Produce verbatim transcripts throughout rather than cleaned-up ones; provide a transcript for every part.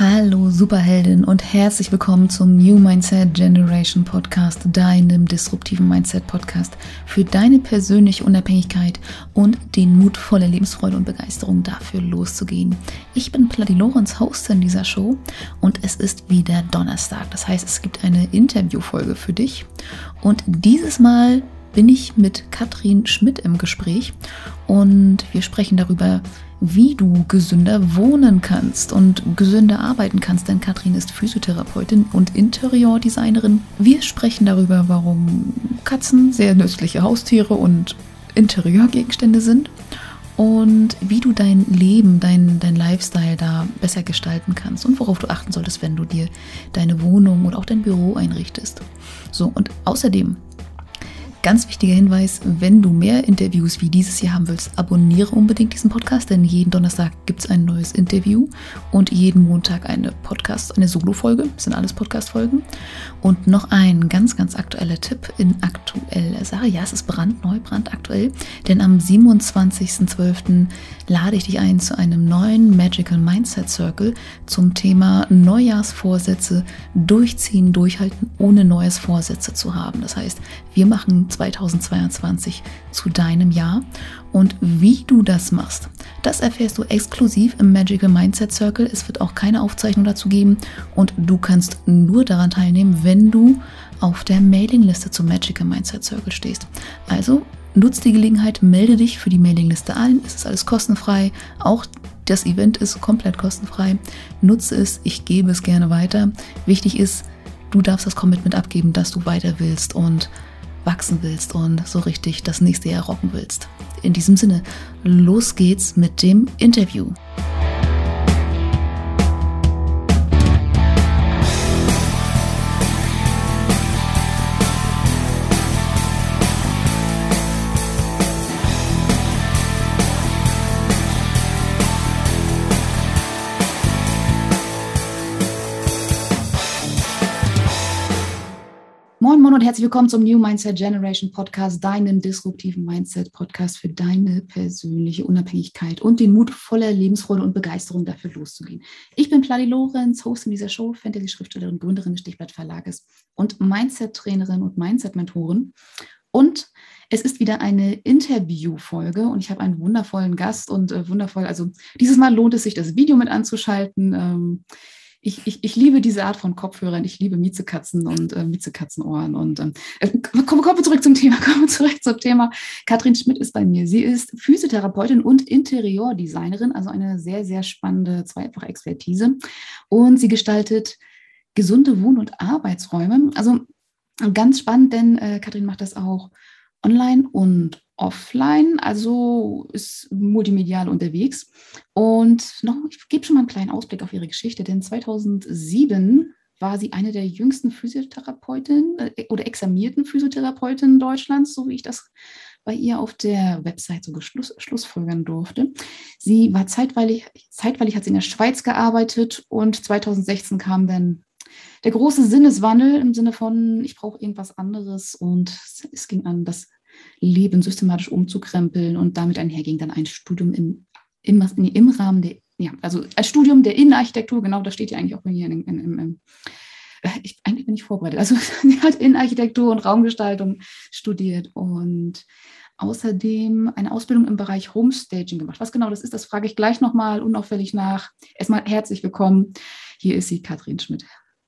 Hallo Superheldin und herzlich willkommen zum New Mindset Generation Podcast, deinem disruptiven Mindset Podcast für deine persönliche Unabhängigkeit und den Mut, voller Lebensfreude und Begeisterung dafür loszugehen. Ich bin Platti Lorenz, Host in dieser Show und es ist wieder Donnerstag. Das heißt, es gibt eine Interviewfolge für dich und dieses Mal bin ich mit Katrin Schmidt im Gespräch und wir sprechen darüber, wie du gesünder wohnen kannst und gesünder arbeiten kannst, denn Katrin ist Physiotherapeutin und Interiordesignerin. Wir sprechen darüber, warum Katzen sehr nützliche Haustiere und Interieurgegenstände sind und wie du dein Leben, dein, dein Lifestyle da besser gestalten kannst und worauf du achten solltest, wenn du dir deine Wohnung oder auch dein Büro einrichtest. So, und außerdem ganz wichtiger Hinweis, wenn du mehr Interviews wie dieses hier haben willst, abonniere unbedingt diesen Podcast, denn jeden Donnerstag gibt es ein neues Interview und jeden Montag eine Podcast, eine Solo-Folge, das sind alles Podcast-Folgen. Und noch ein ganz, ganz aktueller Tipp in aktueller Sache, ja, es ist brandneu, brandaktuell, denn am siebenundzwanzigsten zwölften lade ich dich ein zu einem neuen Magical Mindset Circle zum Thema Neujahrsvorsätze durchziehen, durchhalten, ohne neues Vorsätze zu haben. Das heißt, wir machen zweitausendzweiundzwanzig zu deinem Jahr und wie du das machst, das erfährst du exklusiv im Magical Mindset Circle. Es wird auch keine Aufzeichnung dazu geben und du kannst nur daran teilnehmen, wenn du auf der Mailingliste zum Magical Mindset Circle stehst. Also nutz die Gelegenheit, melde dich für die Mailingliste an, es ist alles kostenfrei, auch das Event ist komplett kostenfrei, nutze es, ich gebe es gerne weiter. Wichtig ist, du darfst das Commitment abgeben, dass du weiter willst und wachsen willst und so richtig das nächste Jahr rocken willst. In diesem Sinne, los geht's mit dem Interview. Moin Moin und herzlich willkommen zum New Mindset Generation Podcast, deinem disruptiven Mindset Podcast für deine persönliche Unabhängigkeit und den Mut, voller Lebensfreude und Begeisterung dafür loszugehen. Ich bin Platti Lorenz, Host in dieser Show, Fantasy-Schriftstellerin, Gründerin des Stichblatt Verlages und Mindset-Trainerin und Mindset-Mentorin. Und es ist wieder eine Interviewfolge und ich habe einen wundervollen Gast und äh, wundervoll, also dieses Mal lohnt es sich, das Video mit anzuschalten. Ähm, Ich, ich, ich liebe diese Art von Kopfhörern, ich liebe Miezekatzen und äh, Miezekatzenohren. Und ähm, kommen, kommen wir zurück zum Thema, kommen wir zurück zum Thema. Katrin Schmidt ist bei mir. Sie ist Physiotherapeutin und Interiordesignerin, also eine sehr, sehr spannende zweifache Expertise. Und sie gestaltet gesunde Wohn- und Arbeitsräume. Also ganz spannend, denn äh, Katrin macht das auch online und offline, also ist multimedial unterwegs. Und noch, ich gebe schon mal einen kleinen Ausblick auf ihre Geschichte, denn zweitausendsieben war sie eine der jüngsten Physiotherapeutinnen äh, oder examinierten Physiotherapeutinnen Deutschlands, so wie ich das bei ihr auf der Website so geschluss, schlussfolgern durfte. Sie war zeitweilig, zeitweilig hat sie in der Schweiz gearbeitet und zweitausendsechzehn kam dann der große Sinneswandel im Sinne von, ich brauche irgendwas anderes und es ging an, das Leben systematisch umzukrempeln und damit einherging dann ein Studium im, im, im Rahmen der, ja, also ein Studium der Innenarchitektur, genau, das steht ja eigentlich auch hier in, in, in, in ich, eigentlich bin ich vorbereitet, also sie hat Innenarchitektur und Raumgestaltung studiert und außerdem eine Ausbildung im Bereich Homestaging gemacht. Was genau das ist, das frage ich gleich nochmal unauffällig nach. Erstmal herzlich willkommen, hier ist sie, Katrin Schmidt.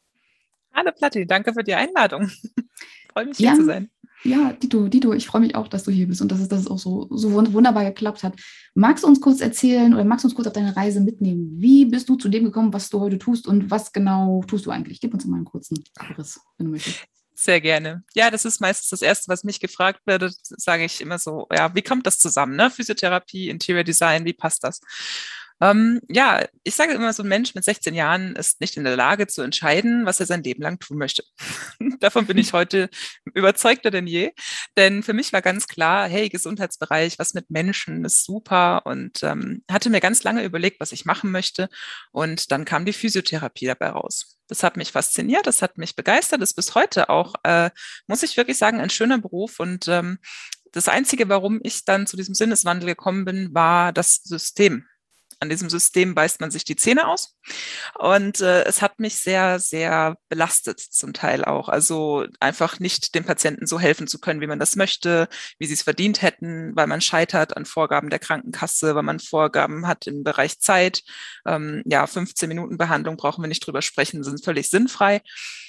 Hallo Platti, danke für die Einladung. Freue mich, ja, hier zu sein. Ja, Dito, Dito, ich freue mich auch, dass du hier bist und dass es, dass es auch so, so wunderbar geklappt hat. Magst du uns kurz erzählen oder magst du uns kurz auf deine Reise mitnehmen? Wie bist du zu dem gekommen, was du heute tust und was genau tust du eigentlich? Gib uns mal einen kurzen Abriss, wenn du möchtest. Sehr gerne. Ja, das ist meistens das Erste, was mich gefragt wird, sage ich immer so, ja, wie kommt das zusammen, ne? Physiotherapie, Interior Design, wie passt das? Ähm, ja, ich sage immer, so ein Mensch mit sechzehn Jahren ist nicht in der Lage zu entscheiden, was er sein Leben lang tun möchte. Davon bin ich heute überzeugter denn je, denn für mich war ganz klar, hey, Gesundheitsbereich, was mit Menschen ist super und ähm, hatte mir ganz lange überlegt, was ich machen möchte und dann kam die Physiotherapie dabei raus. Das hat mich fasziniert, das hat mich begeistert, ist bis heute auch, äh, muss ich wirklich sagen, ein schöner Beruf und ähm, das Einzige, warum ich dann zu diesem Sinneswandel gekommen bin, war das System. An diesem System beißt man sich die Zähne aus. Und äh, es hat mich sehr, sehr belastet zum Teil auch. Also einfach nicht dem Patienten so helfen zu können, wie man das möchte, wie sie es verdient hätten, weil man scheitert an Vorgaben der Krankenkasse, weil man Vorgaben hat im Bereich Zeit. Ähm, ja, fünfzehn Minuten Behandlung brauchen wir nicht drüber sprechen, sind völlig sinnfrei.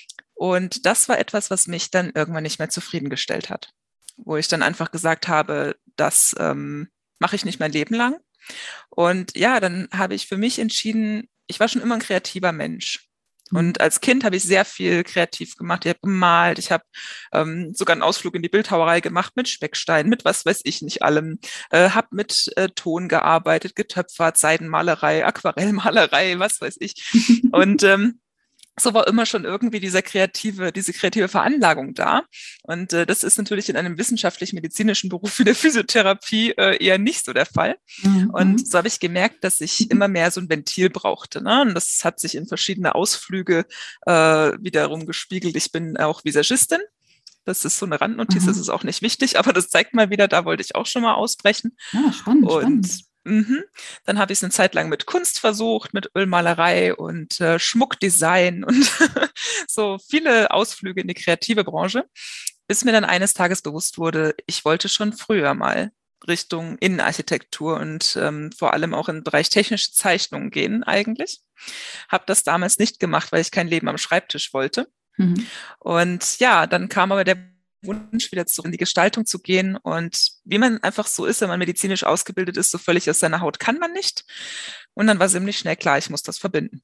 Und das war etwas, was mich dann irgendwann nicht mehr zufriedengestellt hat, wo ich dann einfach gesagt habe, das ähm, mache ich nicht mein Leben lang. Und ja, dann habe ich für mich entschieden, ich war schon immer ein kreativer Mensch. Und als Kind habe ich sehr viel kreativ gemacht. Ich habe gemalt, ich habe ähm, sogar einen Ausflug in die Bildhauerei gemacht mit Speckstein, mit was weiß ich nicht allem. Äh, habe mit äh, Ton gearbeitet, getöpfert, Seidenmalerei, Aquarellmalerei, was weiß ich. Und ähm, so war immer schon irgendwie dieser kreative, diese kreative Veranlagung da. Und äh, das ist natürlich in einem wissenschaftlich-medizinischen Beruf wie der Physiotherapie äh, eher nicht so der Fall. Mhm. Und so habe ich gemerkt, dass ich immer mehr so ein Ventil brauchte. Ne? Und das hat sich in verschiedene Ausflüge äh, wiederum gespiegelt. Ich bin auch Visagistin. Das ist so eine Randnotiz, mhm. das ist auch nicht wichtig, aber das zeigt mal wieder, da wollte ich auch schon mal ausbrechen. Ja, spannend, und spannend. Mhm. Dann habe ich es eine Zeit lang mit Kunst versucht, mit Ölmalerei und äh, Schmuckdesign und so viele Ausflüge in die kreative Branche, bis mir dann eines Tages bewusst wurde, ich wollte schon früher mal Richtung Innenarchitektur und ähm, vor allem auch im Bereich technische Zeichnungen gehen eigentlich. Habe das damals nicht gemacht, weil ich kein Leben am Schreibtisch wollte. Mhm. Und ja, dann kam aber der Wunsch, wieder zurück in die Gestaltung zu gehen. Und wie man einfach so ist, wenn man medizinisch ausgebildet ist, so völlig aus seiner Haut kann man nicht. Und dann war ziemlich schnell klar, ich muss das verbinden.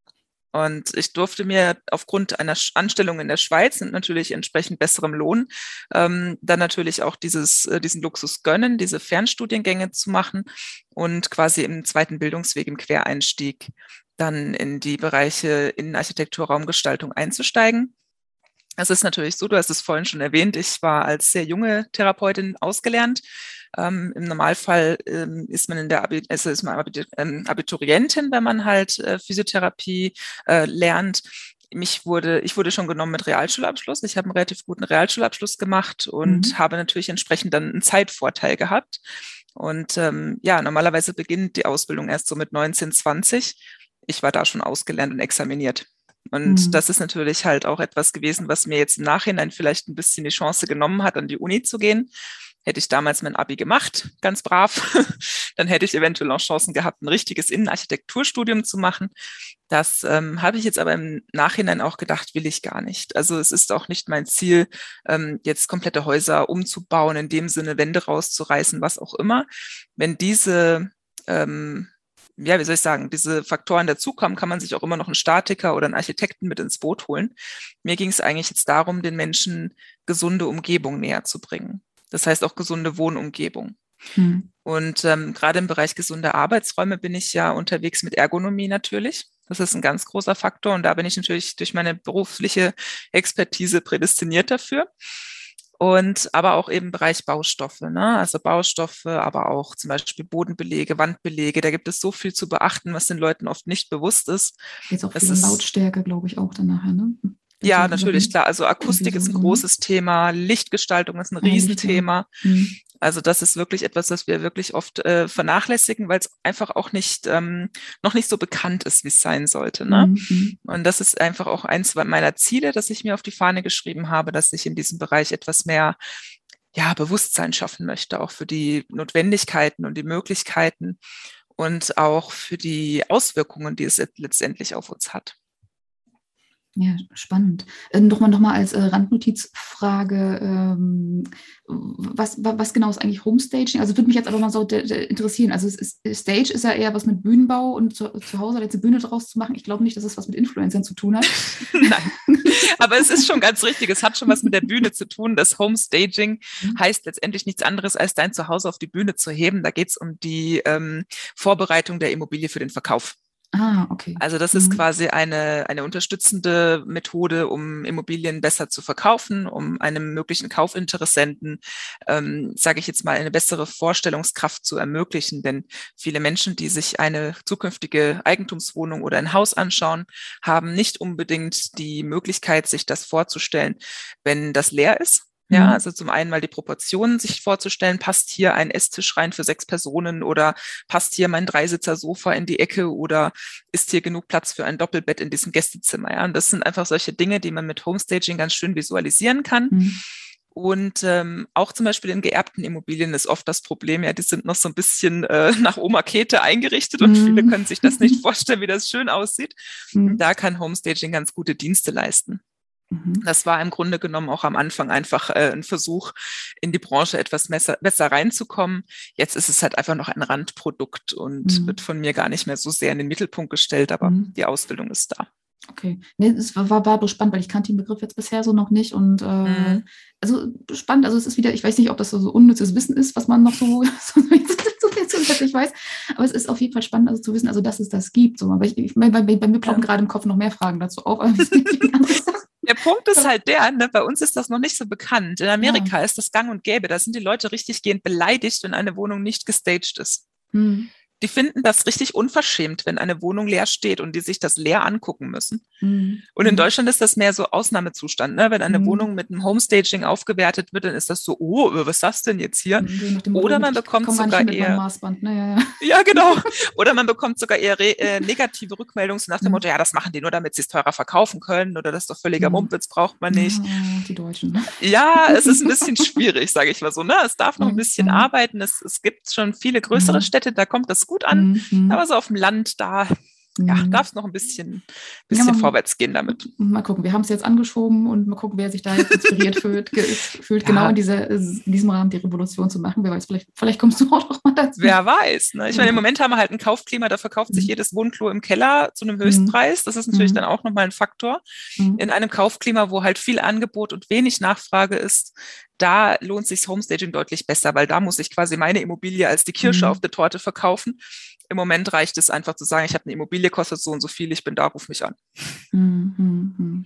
Und ich durfte mir aufgrund einer Anstellung in der Schweiz und natürlich entsprechend besserem Lohn ähm, dann natürlich auch dieses, äh, diesen Luxus gönnen, diese Fernstudiengänge zu machen und quasi im zweiten Bildungsweg, im Quereinstieg, dann in die Bereiche Innenarchitektur, Raumgestaltung einzusteigen. Es ist natürlich so, du hast es vorhin schon erwähnt, ich war als sehr junge Therapeutin ausgelernt. Ähm, Im Normalfall ähm, ist man in der Abi also ist man Abiturientin, wenn man halt äh, Physiotherapie äh, lernt. Mich wurde, ich wurde schon genommen mit Realschulabschluss. Ich habe einen relativ guten Realschulabschluss gemacht und mhm. habe natürlich entsprechend dann einen Zeitvorteil gehabt. Und ähm, ja, normalerweise beginnt die Ausbildung erst so mit neunzehn, zwanzig. Ich war da schon ausgelernt und examiniert. Und mhm. das ist natürlich halt auch etwas gewesen, was mir jetzt im Nachhinein vielleicht ein bisschen die Chance genommen hat, an die Uni zu gehen. Hätte ich damals mein Abi gemacht, ganz brav, dann hätte ich eventuell auch Chancen gehabt, ein richtiges Innenarchitekturstudium zu machen. Das ähm, habe ich jetzt aber im Nachhinein auch gedacht, will ich gar nicht. Also es ist auch nicht mein Ziel, ähm, jetzt komplette Häuser umzubauen, in dem Sinne Wände rauszureißen, was auch immer. Wenn diese ähm, ja, wie soll ich sagen, diese Faktoren dazukommen, kann man sich auch immer noch einen Statiker oder einen Architekten mit ins Boot holen. Mir ging es eigentlich jetzt darum, den Menschen gesunde Umgebung näher zu bringen. Das heißt auch gesunde Wohnumgebung. Hm. Und ähm, gerade im Bereich gesunde Arbeitsräume bin ich ja unterwegs mit Ergonomie natürlich. Das ist ein ganz großer Faktor und da bin ich natürlich durch meine berufliche Expertise prädestiniert dafür. Und aber auch eben Bereich Baustoffe, ne? Also Baustoffe, aber auch zum Beispiel Bodenbelege, Wandbelege. Da gibt es so viel zu beachten, was den Leuten oft nicht bewusst ist. Jetzt auch viel Lautstärke, glaube ich, auch dann nachher, ne? Ja, natürlich, klar. Also Akustik ist ein großes Thema, Lichtgestaltung ist ein Riesenthema. Mhm. Also das ist wirklich etwas, das wir wirklich oft äh, vernachlässigen, weil es einfach auch nicht ähm, noch nicht so bekannt ist, wie es sein sollte. Ne? Mhm. Und das ist einfach auch eins meiner Ziele, dass ich mir auf die Fahne geschrieben habe, dass ich in diesem Bereich etwas mehr ja, Bewusstsein schaffen möchte, auch für die Notwendigkeiten und die Möglichkeiten und auch für die Auswirkungen, die es letztendlich auf uns hat. Ja, spannend. Äh, Nochmal noch mal als äh, Randnotizfrage, ähm, was, was genau ist eigentlich Homestaging? Also würde mich jetzt aber mal so de, de interessieren. Also es ist, Stage ist ja eher was mit Bühnenbau und zu, zu Hause jetzt eine Bühne draus zu machen. Ich glaube nicht, dass es was mit Influencern zu tun hat. Nein, aber es ist schon ganz richtig. Es hat schon was mit der Bühne zu tun. Das Homestaging mhm. heißt letztendlich nichts anderes, als dein Zuhause auf die Bühne zu heben. Da geht es um die ähm, Vorbereitung der Immobilie für den Verkauf. Ah, okay. Also das ist mhm. quasi eine, eine unterstützende Methode, um Immobilien besser zu verkaufen, um einem möglichen Kaufinteressenten, ähm, sage ich jetzt mal, eine bessere Vorstellungskraft zu ermöglichen. Denn viele Menschen, die sich eine zukünftige Eigentumswohnung oder ein Haus anschauen, haben nicht unbedingt die Möglichkeit, sich das vorzustellen, wenn das leer ist. Ja, Mhm. also zum einen mal die Proportionen sich vorzustellen, passt hier ein Esstisch rein für sechs Personen oder passt hier mein Dreisitzer-Sofa in die Ecke oder ist hier genug Platz für ein Doppelbett in diesem Gästezimmer. Ja, und das sind einfach solche Dinge, die man mit Homestaging ganz schön visualisieren kann. Mhm. Und ähm, auch zum Beispiel in geerbten Immobilien ist oft das Problem, ja, die sind noch so ein bisschen äh, nach Oma Käthe eingerichtet und Mhm. viele können sich das nicht vorstellen, wie das schön aussieht. Mhm. Und da kann Homestaging ganz gute Dienste leisten. Mhm. Das war im Grunde genommen auch am Anfang einfach äh, ein Versuch, in die Branche etwas besser, besser reinzukommen. Jetzt ist es halt einfach noch ein Randprodukt und Mhm. wird von mir gar nicht mehr so sehr in den Mittelpunkt gestellt, aber Mhm. die Ausbildung ist da. Okay. Nee, es war, war, war bloß spannend, weil ich kannte den Begriff jetzt bisher so noch nicht. Und äh, Mhm. also spannend, also es ist wieder, ich weiß nicht, ob das so, so unnützes Wissen ist, was man noch so, so, so zusätzlich weiß, aber es ist auf jeden Fall spannend, also zu wissen, also dass es das gibt. So. Aber ich, ich, bei, bei, bei mir ploppen Ja. gerade im Kopf noch mehr Fragen dazu auf. Aber das ist eine andere Sache. Der Punkt ist halt der, ne, bei uns ist das noch nicht so bekannt. In Amerika Ja. ist das gang und gäbe. Da sind die Leute richtig gehend beleidigt, wenn eine Wohnung nicht gestaged ist. Hm. Die finden das richtig unverschämt, wenn eine Wohnung leer steht und die sich das leer angucken müssen. Hm. Und in Hm. Deutschland ist das mehr so Ausnahmezustand. Ne? Wenn eine Hm. Wohnung mit einem Homestaging aufgewertet wird, dann ist das so, oh, was ist das denn jetzt hier? So nach dem Motto, Oder man ich, ich bekommt komme gar nicht sogar hin mit meinem eher, Maßband. Ne? Ja, ja. ja genau, oder man bekommt sogar eher re, äh, negative Rückmeldungen so nach dem Hm. Motto, ja, das machen die nur, damit sie es teurer verkaufen können oder das ist doch völliger Hm. Mumpitz, braucht man nicht. Ja, die Deutschen. Ja, es ist ein bisschen schwierig, sage ich mal so. Ne? Es darf noch ein Hm. bisschen Hm. arbeiten. Es, es gibt schon viele größere Hm. Städte, da kommt das gut an. Hm. Aber so auf dem Land, da ja, Hm. darf es noch ein bisschen, Ja, bisschen man, vorwärts gehen damit. mal gucken, wir haben es jetzt angeschoben und mal gucken, wer sich da jetzt inspiriert fühlt, ge fühlt, Ja. genau in, diese, in diesem Rahmen die Revolution zu machen. Wer weiß, vielleicht, vielleicht kommst du auch noch mal dazu. Wer weiß. Ne? Ich meine, im Ja. Moment haben wir halt ein Kaufklima, da verkauft sich Mhm. jedes Wohnklo im Keller zu einem Höchstpreis. Das ist natürlich Mhm. dann auch nochmal ein Faktor. Mhm. In einem Kaufklima, wo halt viel Angebot und wenig Nachfrage ist, da lohnt sich Homestaging deutlich besser, weil da muss ich quasi meine Immobilie als die Kirsche Mhm. auf der Torte verkaufen. Im Moment reicht es einfach zu sagen, ich habe eine Immobilie, kostet so und so viel, ich bin da, ruf mich an. Mhm. Mhm.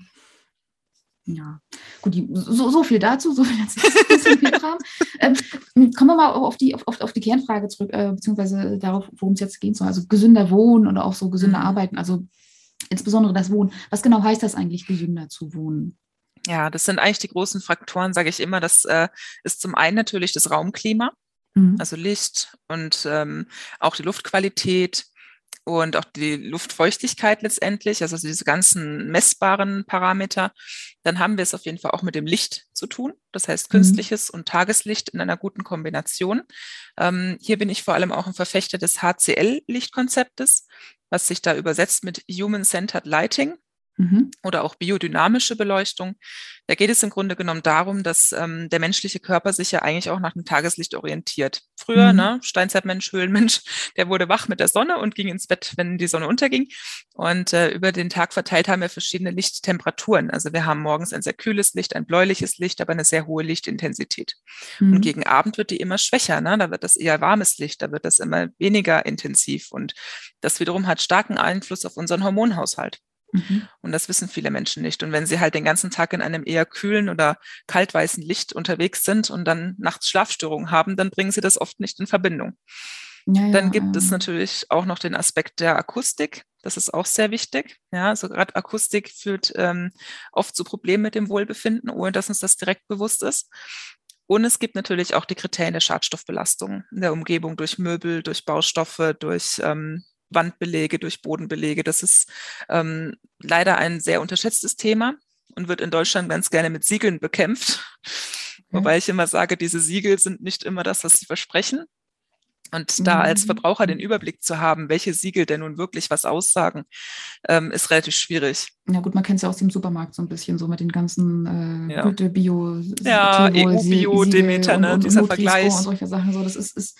Ja, gut, die, so, so viel dazu, so viel dazu. So viel Kram. ähm, kommen wir mal auf die, auf, auf die Kernfrage zurück, äh, beziehungsweise darauf, worum es jetzt gehen soll. Also gesünder Wohnen oder auch so gesünder Mhm. Arbeiten, also insbesondere das Wohnen. Was genau heißt das eigentlich, gesünder zu wohnen? Ja, das sind eigentlich die großen Faktoren, sage ich immer. Das äh, ist zum einen natürlich das Raumklima, Mhm. also Licht und ähm, auch die Luftqualität und auch die Luftfeuchtigkeit letztendlich, also diese ganzen messbaren Parameter. Dann haben wir es auf jeden Fall auch mit dem Licht zu tun. Das heißt künstliches mhm. und Tageslicht in einer guten Kombination. Ähm, hier bin ich vor allem auch ein Verfechter des H C L-Lichtkonzeptes, was sich da übersetzt mit Human-Centered Lighting. Mhm. Oder auch biodynamische Beleuchtung. Da geht es im Grunde genommen darum, dass ähm, der menschliche Körper sich ja eigentlich auch nach dem Tageslicht orientiert. Früher, mhm. ne, Steinzeitmensch, Höhlenmensch, der wurde wach mit der Sonne und ging ins Bett, wenn die Sonne unterging. Und äh, über den Tag verteilt haben wir verschiedene Lichttemperaturen. Also wir haben morgens ein sehr kühles Licht, ein bläuliches Licht, aber eine sehr hohe Lichtintensität. Mhm. Und gegen Abend wird die immer schwächer. Ne? Da wird das eher warmes Licht, da wird das immer weniger intensiv. Und das wiederum hat starken Einfluss auf unseren Hormonhaushalt. Mhm. Und das wissen viele Menschen nicht. Und wenn sie halt den ganzen Tag in einem eher kühlen oder kaltweißen Licht unterwegs sind und dann nachts Schlafstörungen haben, dann bringen sie das oft nicht in Verbindung. Ja, dann ja, gibt ähm. es natürlich auch noch den Aspekt der Akustik. Das ist auch sehr wichtig. Ja, also gerade Akustik führt ähm, oft zu Problemen mit dem Wohlbefinden, ohne dass uns das direkt bewusst ist. Und es gibt natürlich auch die Kriterien der Schadstoffbelastung in der Umgebung durch Möbel, durch Baustoffe, durch ähm, Wandbelege, durch Bodenbelege. Das ist ähm, leider ein sehr unterschätztes Thema und wird in Deutschland ganz gerne mit Siegeln bekämpft. Okay. Wobei ich immer sage, diese Siegel sind nicht immer das, was sie versprechen. Und mhm. da als Verbraucher den Überblick zu haben, welche Siegel denn nun wirklich was aussagen, ähm, ist relativ schwierig. Ja gut, man kennt es ja aus dem Supermarkt so ein bisschen, so mit den ganzen äh, ja. Güte, Bio, ja, E U-Bio, Demeter, und, ne, und, dieser und Vergleich. Und solche Sachen. So, das ist, ist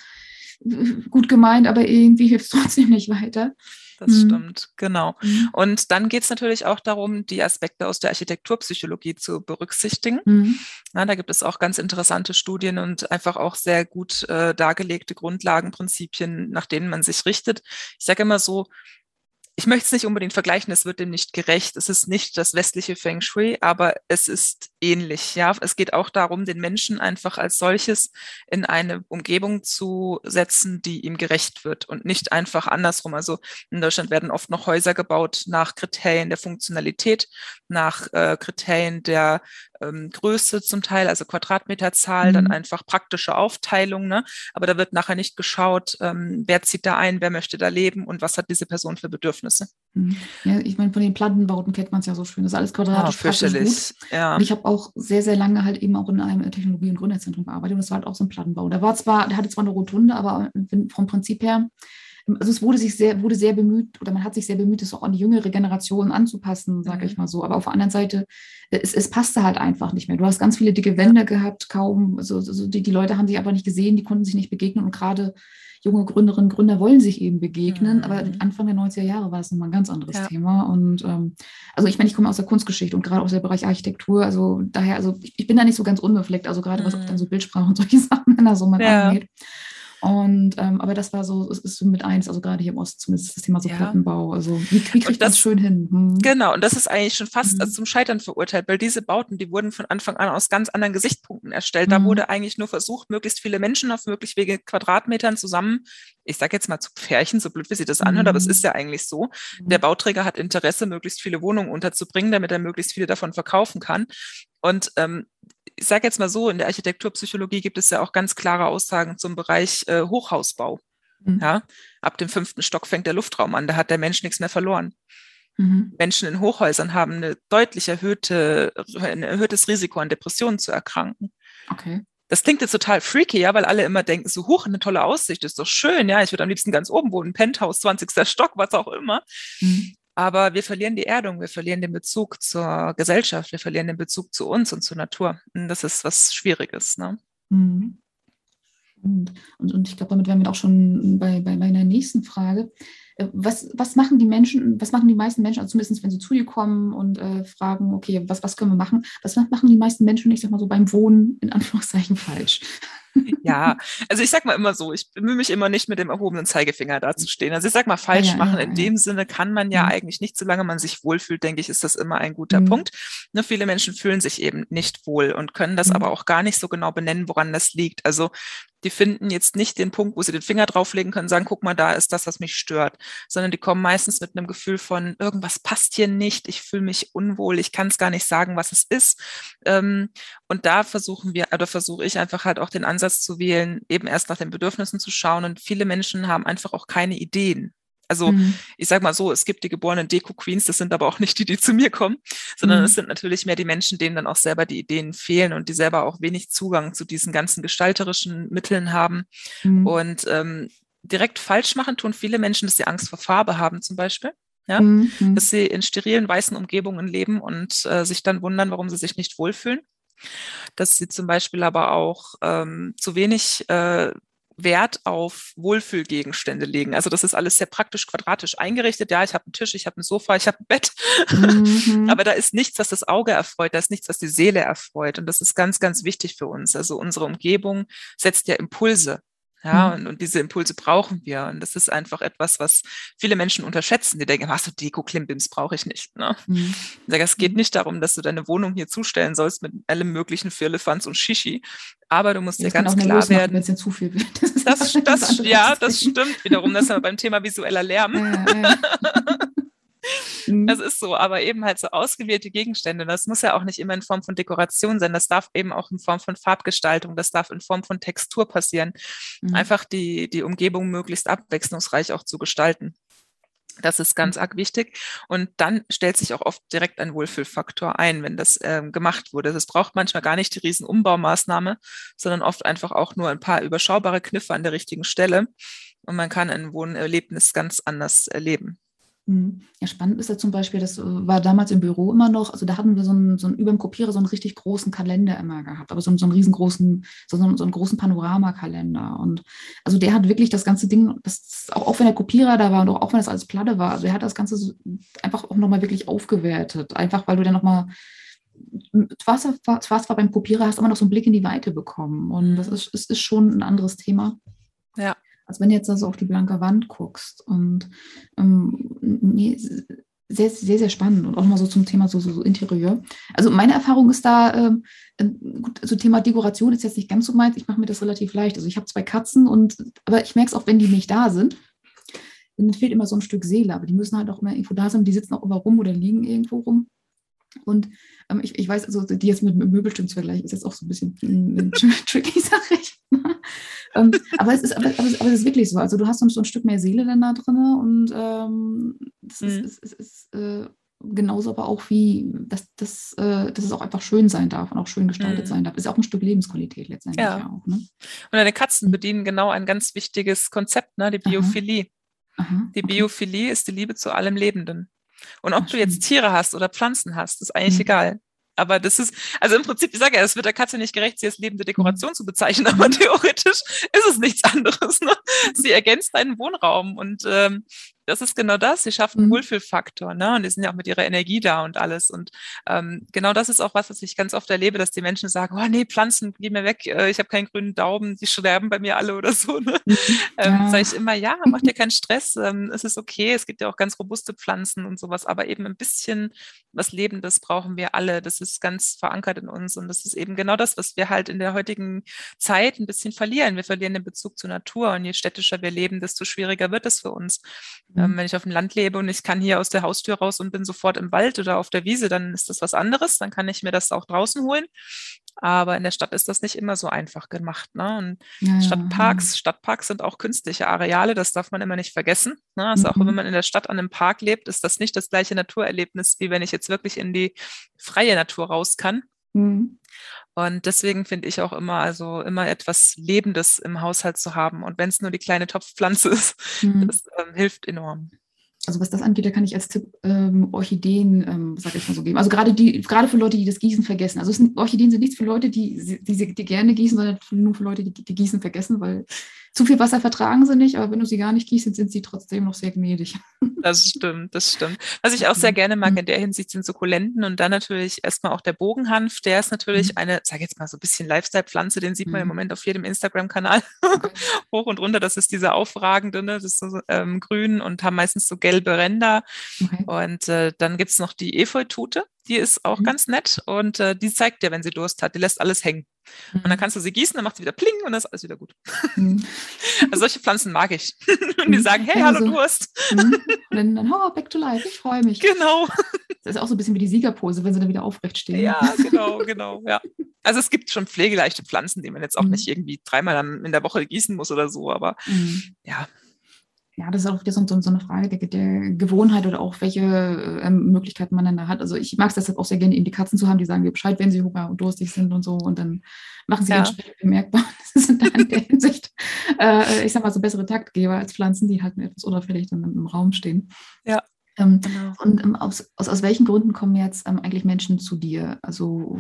gut gemeint, aber irgendwie hilft es trotzdem nicht weiter. Das mhm. stimmt, genau. Mhm. Und dann geht es natürlich auch darum, die Aspekte aus der Architekturpsychologie zu berücksichtigen. Mhm. Ja, da gibt es auch ganz interessante Studien und einfach auch sehr gut äh, dargelegte Grundlagenprinzipien, nach denen man sich richtet. Ich sage immer so, ich möchte es nicht unbedingt vergleichen, es wird dem nicht gerecht. Es ist nicht das westliche Feng Shui, aber es ist ähnlich. Ja, es geht auch darum, den Menschen einfach als solches in eine Umgebung zu setzen, die ihm gerecht wird und nicht einfach andersrum. Also in Deutschland werden oft noch Häuser gebaut nach Kriterien der Funktionalität, nach äh, Kriterien der ähm, Größe zum Teil, also Quadratmeterzahl, mhm. dann einfach praktische Aufteilung. Ne? Aber da wird nachher nicht geschaut, ähm, wer zieht da ein, wer möchte da leben und was hat diese Person für Bedürfnisse. Ja, ich meine, von den Plattenbauten kennt man es ja so schön. Das ist alles quadratisch, oh, praktisch gut. Ja. Und ich habe auch sehr, sehr lange halt eben auch in einem Technologie- und Gründerzentrum gearbeitet und das war halt auch so ein Plattenbau. Der war zwar, der hatte zwar eine Rotunde, aber vom Prinzip her, also es wurde sich sehr, wurde sehr bemüht, oder man hat sich sehr bemüht, das auch an die jüngere Generation anzupassen, sage mhm. ich mal so. Aber auf der anderen Seite, es, es passte halt einfach nicht mehr. Du hast ganz viele dicke Wände gehabt, kaum, also, also die, die Leute haben sich einfach nicht gesehen, die konnten sich nicht begegnen und gerade junge Gründerinnen und Gründer wollen sich eben begegnen, mhm. aber Anfang der neunziger Jahre war es nochmal ein ganz anderes ja. Thema. Und ähm, also ich meine, ich komme aus der Kunstgeschichte und gerade aus dem Bereich Architektur, also daher, also ich, ich bin da nicht so ganz unbefleckt, also gerade mhm. was auch dann so Bildsprache und solche Sachen da so mal ja. angeht. Und ähm, aber das war so, es ist so mit eins, also gerade hier im Osten zumindest das Thema so ja. Plattenbau. Also wie, wie kriegt das schön hin? Hm. Genau, und das ist eigentlich schon fast mhm. also zum Scheitern verurteilt, weil diese Bauten, die wurden von Anfang an aus ganz anderen Gesichtspunkten erstellt. Mhm. Da wurde eigentlich nur versucht, möglichst viele Menschen auf möglichst wenige Quadratmetern zusammen, ich sage jetzt mal zu pferchen, so blöd wie sich das anhört, mhm. aber es ist ja eigentlich so. Mhm. Der Bauträger hat Interesse, möglichst viele Wohnungen unterzubringen, damit er möglichst viele davon verkaufen kann. Und ähm, ich sage jetzt mal so, in der Architekturpsychologie gibt es ja auch ganz klare Aussagen zum Bereich äh, Hochhausbau. Mhm. Ja, ab dem fünften Stock fängt der Luftraum an, da hat der Mensch nichts mehr verloren. Mhm. Menschen in Hochhäusern haben eine deutlich erhöhte, ein erhöhtes Risiko an Depressionen zu erkranken. Okay. Das klingt jetzt total freaky, ja, weil alle immer denken, so hoch, eine tolle Aussicht, ist doch schön, ja, ich würde am liebsten ganz oben wohnen, Penthouse, zwanzigster Stock, was auch immer. Mhm. Aber wir verlieren die Erdung, wir verlieren den Bezug zur Gesellschaft, wir verlieren den Bezug zu uns und zur Natur. Und das ist was Schwieriges. Ne? Mhm. Und, und, und ich glaube, damit wären wir auch schon bei, bei meiner nächsten Frage. Was, was machen die Menschen, was machen die meisten Menschen, also zumindest wenn sie zu dir kommen und äh, fragen, okay, was, was können wir machen? Was machen die meisten Menschen, ich sag mal so, beim Wohnen in Anführungszeichen falsch? Ja, also ich sag mal immer so, ich bemühe mich immer nicht mit dem erhobenen Zeigefinger dazustehen. Also ich sag mal, falsch ja, ja, machen ja, in ja. dem Sinne kann man ja mhm. eigentlich nicht, solange man sich wohlfühlt, denke ich, ist das immer ein guter mhm. Punkt. Nur viele Menschen fühlen sich eben nicht wohl und können das mhm. aber auch gar nicht so genau benennen, woran das liegt. Also die finden jetzt nicht den Punkt, wo sie den Finger drauflegen können und sagen, guck mal, da ist das, was mich stört, sondern die kommen meistens mit einem Gefühl von, irgendwas passt hier nicht, ich fühle mich unwohl, ich kann es gar nicht sagen, was es ist. Und da versuchen wir, oder versuche ich einfach halt auch den Ansatz zu wählen, eben erst nach den Bedürfnissen zu schauen. Und viele Menschen haben einfach auch keine Ideen. Also mhm. ich sage mal so, es gibt die geborenen Deko-Queens, das sind aber auch nicht die, die zu mir kommen, sondern mhm. es sind natürlich mehr die Menschen, denen dann auch selber die Ideen fehlen und die selber auch wenig Zugang zu diesen ganzen gestalterischen Mitteln haben. Mhm. Und ähm, direkt falsch machen tun viele Menschen, dass sie Angst vor Farbe haben zum Beispiel. Ja? Mhm. Dass sie in sterilen, weißen Umgebungen leben und äh, sich dann wundern, warum sie sich nicht wohlfühlen. Dass sie zum Beispiel aber auch ähm, zu wenig äh, Wert auf Wohlfühlgegenstände legen. Also das ist alles sehr praktisch quadratisch eingerichtet. Ja, ich habe einen Tisch, ich habe ein Sofa, ich habe ein Bett. Mhm. Aber da ist nichts, was das Auge erfreut, da ist nichts, was die Seele erfreut. Und das ist ganz, ganz wichtig für uns. Also unsere Umgebung setzt ja Impulse. Ja, und, und diese Impulse brauchen wir. Und das ist einfach etwas, was viele Menschen unterschätzen. Die denken, ach so, Deko-Klimbims brauche ich nicht. Ne? Mhm. Ich sage, es geht nicht darum, dass du deine Wohnung hier zustellen sollst mit allem möglichen Firlefanz und Shishi. Aber du musst ja, dir ganz klar werden. Wenn es dir zu viel wird. Das, das, das, ja, das stimmt wiederum. Das ist ja beim Thema visueller Lärm. Ja, ja. Das ist so, aber eben halt so ausgewählte Gegenstände. Das muss ja auch nicht immer in Form von Dekoration sein. Das darf eben auch in Form von Farbgestaltung, das darf in Form von Textur passieren. Mhm. Einfach die, die Umgebung möglichst abwechslungsreich auch zu gestalten. Das ist ganz arg wichtig. Und dann stellt sich auch oft direkt ein Wohlfühlfaktor ein, wenn das ähm, gemacht wurde. Es braucht manchmal gar nicht die riesen Umbaumaßnahme, sondern oft einfach auch nur ein paar überschaubare Kniffe an der richtigen Stelle. Und man kann ein Wohnerlebnis ganz anders erleben. Ja, spannend ist ja zum Beispiel, das war damals im Büro immer noch, also da hatten wir so einen, so einen über dem Kopierer so einen richtig großen Kalender immer gehabt, aber so, einen, so einen riesengroßen, so, einen, so einen großen Panoramakalender. Und also der hat wirklich das ganze Ding, das, auch, auch wenn der Kopierer da war und auch, auch wenn das alles Platte war, also er hat das Ganze so einfach auch nochmal wirklich aufgewertet, einfach weil du dann nochmal, zwar, zwar, zwar beim Kopierer hast, aber noch so einen Blick in die Weite bekommen. Und das ist, ist, ist schon ein anderes Thema. Ja. Also wenn du jetzt also auf die blanke Wand guckst und ähm, nee, sehr, sehr, sehr spannend und auch mal so zum Thema so, so, so Interieur. Also meine Erfahrung ist da, ähm, gut, also Thema Dekoration ist jetzt nicht ganz so meins, ich mache mir das relativ leicht. Also ich habe zwei Katzen und, aber ich merke es auch, wenn die nicht da sind, dann fehlt immer so ein Stück Seele, aber die müssen halt auch immer irgendwo da sein, die sitzen auch immer rum oder liegen irgendwo rum. Und ähm, ich, ich weiß, also die jetzt mit, mit Möbelstücken zu vergleichen, ist jetzt auch so ein bisschen ein, tricky, sag ich. ähm, aber, es ist, aber, aber, es, aber es ist wirklich so. Also du hast so ein Stück mehr Seele dann da drin und ähm, das mhm. ist, ist, ist, ist äh, genauso aber auch wie, dass, dass, äh, dass es auch einfach schön sein darf und auch schön gestaltet mhm. sein darf. Ist ja auch ein Stück Lebensqualität letztendlich ja, ja auch. Ne? Und deine Katzen bedienen genau ein ganz wichtiges Konzept, ne? Die Biophilie. Aha. Aha, die okay. Biophilie ist die Liebe zu allem Lebenden. Und ob Ach, du jetzt Tiere hast oder Pflanzen hast, ist eigentlich mhm. egal. Aber das ist, also im Prinzip, ich sage ja, es wird der Katze nicht gerecht, sie als lebende Dekoration mhm. zu bezeichnen, aber theoretisch ist es nichts anderes. Ne? Sie ergänzt deinen Wohnraum und ähm, das ist genau das. Sie schaffen einen mhm. Wohlfühlfaktor, ne? Und die sind ja auch mit ihrer Energie da und alles. Und ähm, genau das ist auch was, was ich ganz oft erlebe, dass die Menschen sagen, oh nee, Pflanzen, geh mir weg, äh, ich habe keinen grünen Daumen, die sterben bei mir alle oder so. Ne? Mhm. Ähm, ja. Sage ich immer, ja, mach dir keinen Stress, ähm, es ist okay, es gibt ja auch ganz robuste Pflanzen und sowas, aber eben ein bisschen was Lebendes brauchen wir alle. Das ist ganz verankert in uns und das ist eben genau das, was wir halt in der heutigen Zeit ein bisschen verlieren. Wir verlieren den Bezug zur Natur und je städtischer wir leben, desto schwieriger wird es für uns. Ähm, wenn ich auf dem Land lebe und ich kann hier aus der Haustür raus und bin sofort im Wald oder auf der Wiese, dann ist das was anderes. Dann kann ich mir das auch draußen holen. Aber in der Stadt ist das nicht immer so einfach gemacht. Ne? Und ja, Stadtparks, ja. Stadtparks sind auch künstliche Areale, das darf man immer nicht vergessen. Ne? Also mhm. auch wenn man in der Stadt an einem Park lebt, ist das nicht das gleiche Naturerlebnis, wie wenn ich jetzt wirklich in die freie Natur raus kann. Mhm. Und deswegen finde ich auch immer, also immer etwas Lebendes im Haushalt zu haben. Und wenn es nur die kleine Topfpflanze ist, mhm. das ähm, hilft enorm. Also was das angeht, da kann ich als Tipp ähm, Orchideen, ähm, sag ich mal so, geben. Also gerade die, gerade für Leute, die das Gießen vergessen. Also es sind, Orchideen sind nichts für Leute, die, die, die gerne gießen, sondern nur für Leute, die, die Gießen vergessen, weil zu viel Wasser vertragen sie nicht, aber wenn du sie gar nicht gießt, sind sie trotzdem noch sehr gnädig. Das stimmt, das stimmt. Was ich auch sehr gerne mag in der Hinsicht sind Sukkulenten und dann natürlich erstmal auch der Bogenhanf. Der ist natürlich mhm. eine, sag jetzt mal so ein bisschen Lifestyle-Pflanze, den sieht man mhm. im Moment auf jedem Instagram-Kanal okay. hoch und runter. Das ist dieser aufragende, ne? Das ist so ähm, grün und haben meistens so gelbe Ränder. Okay. Und äh, dann gibt's noch die Efeutute. Die ist auch mhm. ganz nett und äh, die zeigt dir, wenn sie Durst hat, die lässt alles hängen. Mhm. Und dann kannst du sie gießen, dann macht sie wieder pling und dann ist alles wieder gut. Mhm. Also solche Pflanzen mag ich. Und die sagen, hey, ja, hallo, so. Durst. Mhm. Und dann, dann hau back to life, ich freue mich. Genau. Das ist auch so ein bisschen wie die Siegerpose, wenn sie dann wieder aufrecht stehen. Ja, genau, genau, ja. Also es gibt schon pflegeleichte Pflanzen, die man jetzt auch mhm. nicht irgendwie dreimal in der Woche gießen muss oder so, aber mhm. ja. Ja, das ist auch wieder so, so, so eine Frage der, der Gewohnheit oder auch welche ähm, Möglichkeiten man dann da hat. Also ich mag es deshalb auch sehr gerne, eben die Katzen zu haben, die sagen dir Bescheid, wenn sie Hunger und durstig sind und so und dann machen sie ja. entsprechend bemerkbar. Das ist in der Hinsicht, äh, ich sag mal, so bessere Taktgeber als Pflanzen, die halt etwas unauffällig dann im Raum stehen. Ja. Ähm, genau. Und ähm, aus, aus, aus welchen Gründen kommen jetzt ähm, eigentlich Menschen zu dir? Also,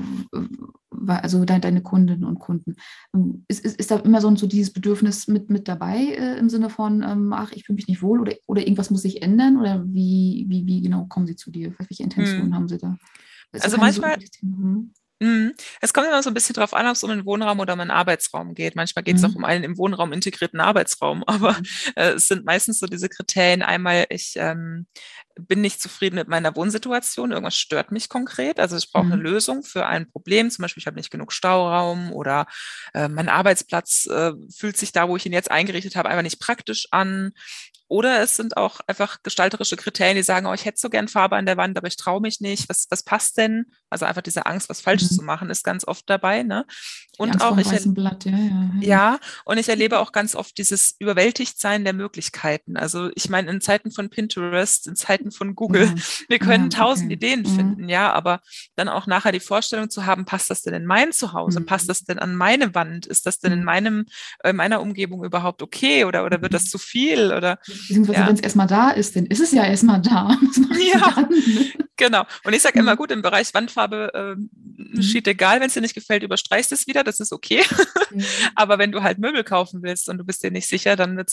äh, also de, deine Kundinnen und Kunden. Ähm, ist, ist, ist da immer so, so dieses Bedürfnis mit, mit dabei äh, im Sinne von, ähm, ach, ich fühle mich nicht wohl oder, oder irgendwas muss sich ändern? Oder wie, wie, wie genau kommen sie zu dir? Welche Intentionen hm. haben sie da? Ist also manchmal... So, es kommt immer so ein bisschen drauf an, ob es um einen Wohnraum oder um einen Arbeitsraum geht. Manchmal geht es mhm. auch um einen im Wohnraum integrierten Arbeitsraum, aber mhm. äh, es sind meistens so diese Kriterien. Einmal, ich ähm, bin nicht zufrieden mit meiner Wohnsituation, irgendwas stört mich konkret, also ich brauche mhm. eine Lösung für ein Problem, zum Beispiel ich habe nicht genug Stauraum oder äh, mein Arbeitsplatz äh, fühlt sich da, wo ich ihn jetzt eingerichtet habe, einfach nicht praktisch an. Oder es sind auch einfach gestalterische Kriterien, die sagen, oh, ich hätte so gern Farbe an der Wand, aber ich traue mich nicht. Was, was passt denn? Also einfach diese Angst, was Falsches mhm. zu machen, ist ganz oft dabei. Ne? Und auch ich er- Blatt, ja, ja, ja. ja, und ich erlebe auch ganz oft dieses Überwältigtsein der Möglichkeiten. Also ich meine, in Zeiten von Pinterest, in Zeiten von Google, ja. wir können ja, tausend okay. Ideen mhm. finden, ja, aber dann auch nachher die Vorstellung zu haben, passt das denn in mein Zuhause? Mhm. Passt das denn an meine Wand? Ist das denn in meinem, äh, meiner Umgebung überhaupt okay oder, oder wird das zu viel? Oder Beziehungsweise, ja. wenn es erstmal da ist, dann ist es ja erstmal da. Ja, dann, ne? Genau. Und ich sage immer, gut, im Bereich Wandfarbe äh, mhm. steht egal, wenn es dir nicht gefällt, überstreichst es wieder, das ist okay. Mhm. Aber wenn du halt Möbel kaufen willst und du bist dir nicht sicher, dann wird es halt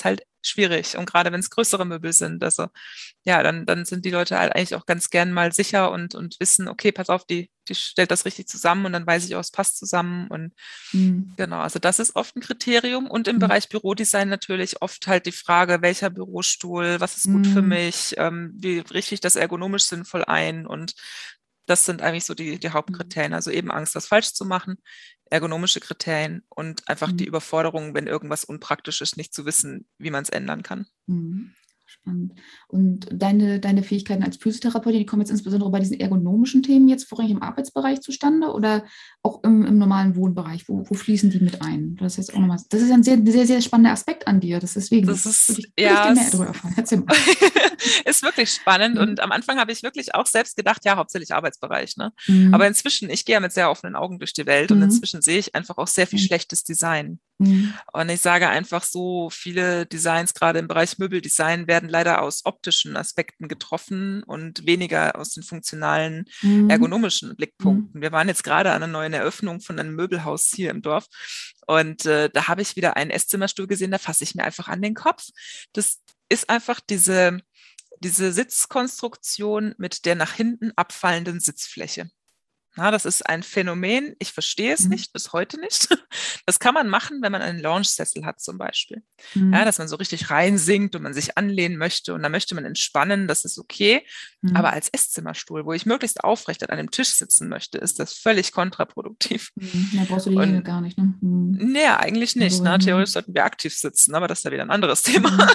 schwierig. Und gerade wenn es größere Möbel sind, also ja, dann, dann sind die Leute halt eigentlich auch ganz gern mal sicher und, und wissen, okay, pass auf, die, die stellt das richtig zusammen und dann weiß ich auch, es passt zusammen. Und mhm. genau, also das ist oft ein Kriterium. Und im mhm. Bereich Bürodesign natürlich oft halt die Frage, welcher Bürostuhl, was ist gut mhm. für mich, ähm, wie richte ich das ergonomisch sinnvoll ein? Und das sind eigentlich so die, die Hauptkriterien. Also eben Angst, das falsch zu machen, ergonomische Kriterien und einfach mhm. die Überforderung, wenn irgendwas unpraktisch ist, nicht zu wissen, wie man es ändern kann. Mhm. Spannend. Und deine, deine Fähigkeiten als Physiotherapeutin, die kommen jetzt insbesondere bei diesen ergonomischen Themen jetzt vorrangig im Arbeitsbereich zustande oder auch im, im normalen Wohnbereich? Wo, wo fließen die mit ein? Das ist jetzt auch nochmal, das ist ein sehr, sehr, sehr spannender Aspekt an dir. Das ist deswegen. Das ist, würde ich, ja, würde ich dir mehr darüber erfahren. Erzähl mal. Ist wirklich spannend. Mhm. Und am Anfang habe ich wirklich auch selbst gedacht, ja, hauptsächlich Arbeitsbereich. Ne? Mhm. Aber inzwischen, ich gehe ja mit sehr offenen Augen durch die Welt mhm. und inzwischen sehe ich einfach auch sehr viel mhm. schlechtes Design. Mhm. Und ich sage einfach so, viele Designs, gerade im Bereich Möbeldesign, werden leider aus optischen Aspekten getroffen und weniger aus den funktionalen, mhm. ergonomischen Blickpunkten. Mhm. Wir waren jetzt gerade an einer neuen Eröffnung von einem Möbelhaus hier im Dorf und äh, da habe ich wieder einen Esszimmerstuhl gesehen, da fasse ich mir einfach an den Kopf. Das ist einfach diese, diese Sitzkonstruktion mit der nach hinten abfallenden Sitzfläche. Na, das ist ein Phänomen, ich verstehe es mhm. nicht, bis heute nicht. Das kann man machen, wenn man einen Lounge-Sessel hat zum Beispiel. Mhm. Ja, dass man so richtig reinsinkt und man sich anlehnen möchte und da möchte man entspannen, das ist okay. Mhm. Aber als Esszimmerstuhl, wo ich möglichst aufrecht an einem Tisch sitzen möchte, ist das völlig kontraproduktiv. Mhm. Da brauchst du die Lehne gar nicht, ne? Mhm. Nee, eigentlich nicht. Also, ne? Theoretisch sollten wir aktiv sitzen, aber das ist ja wieder ein anderes Thema. Mhm.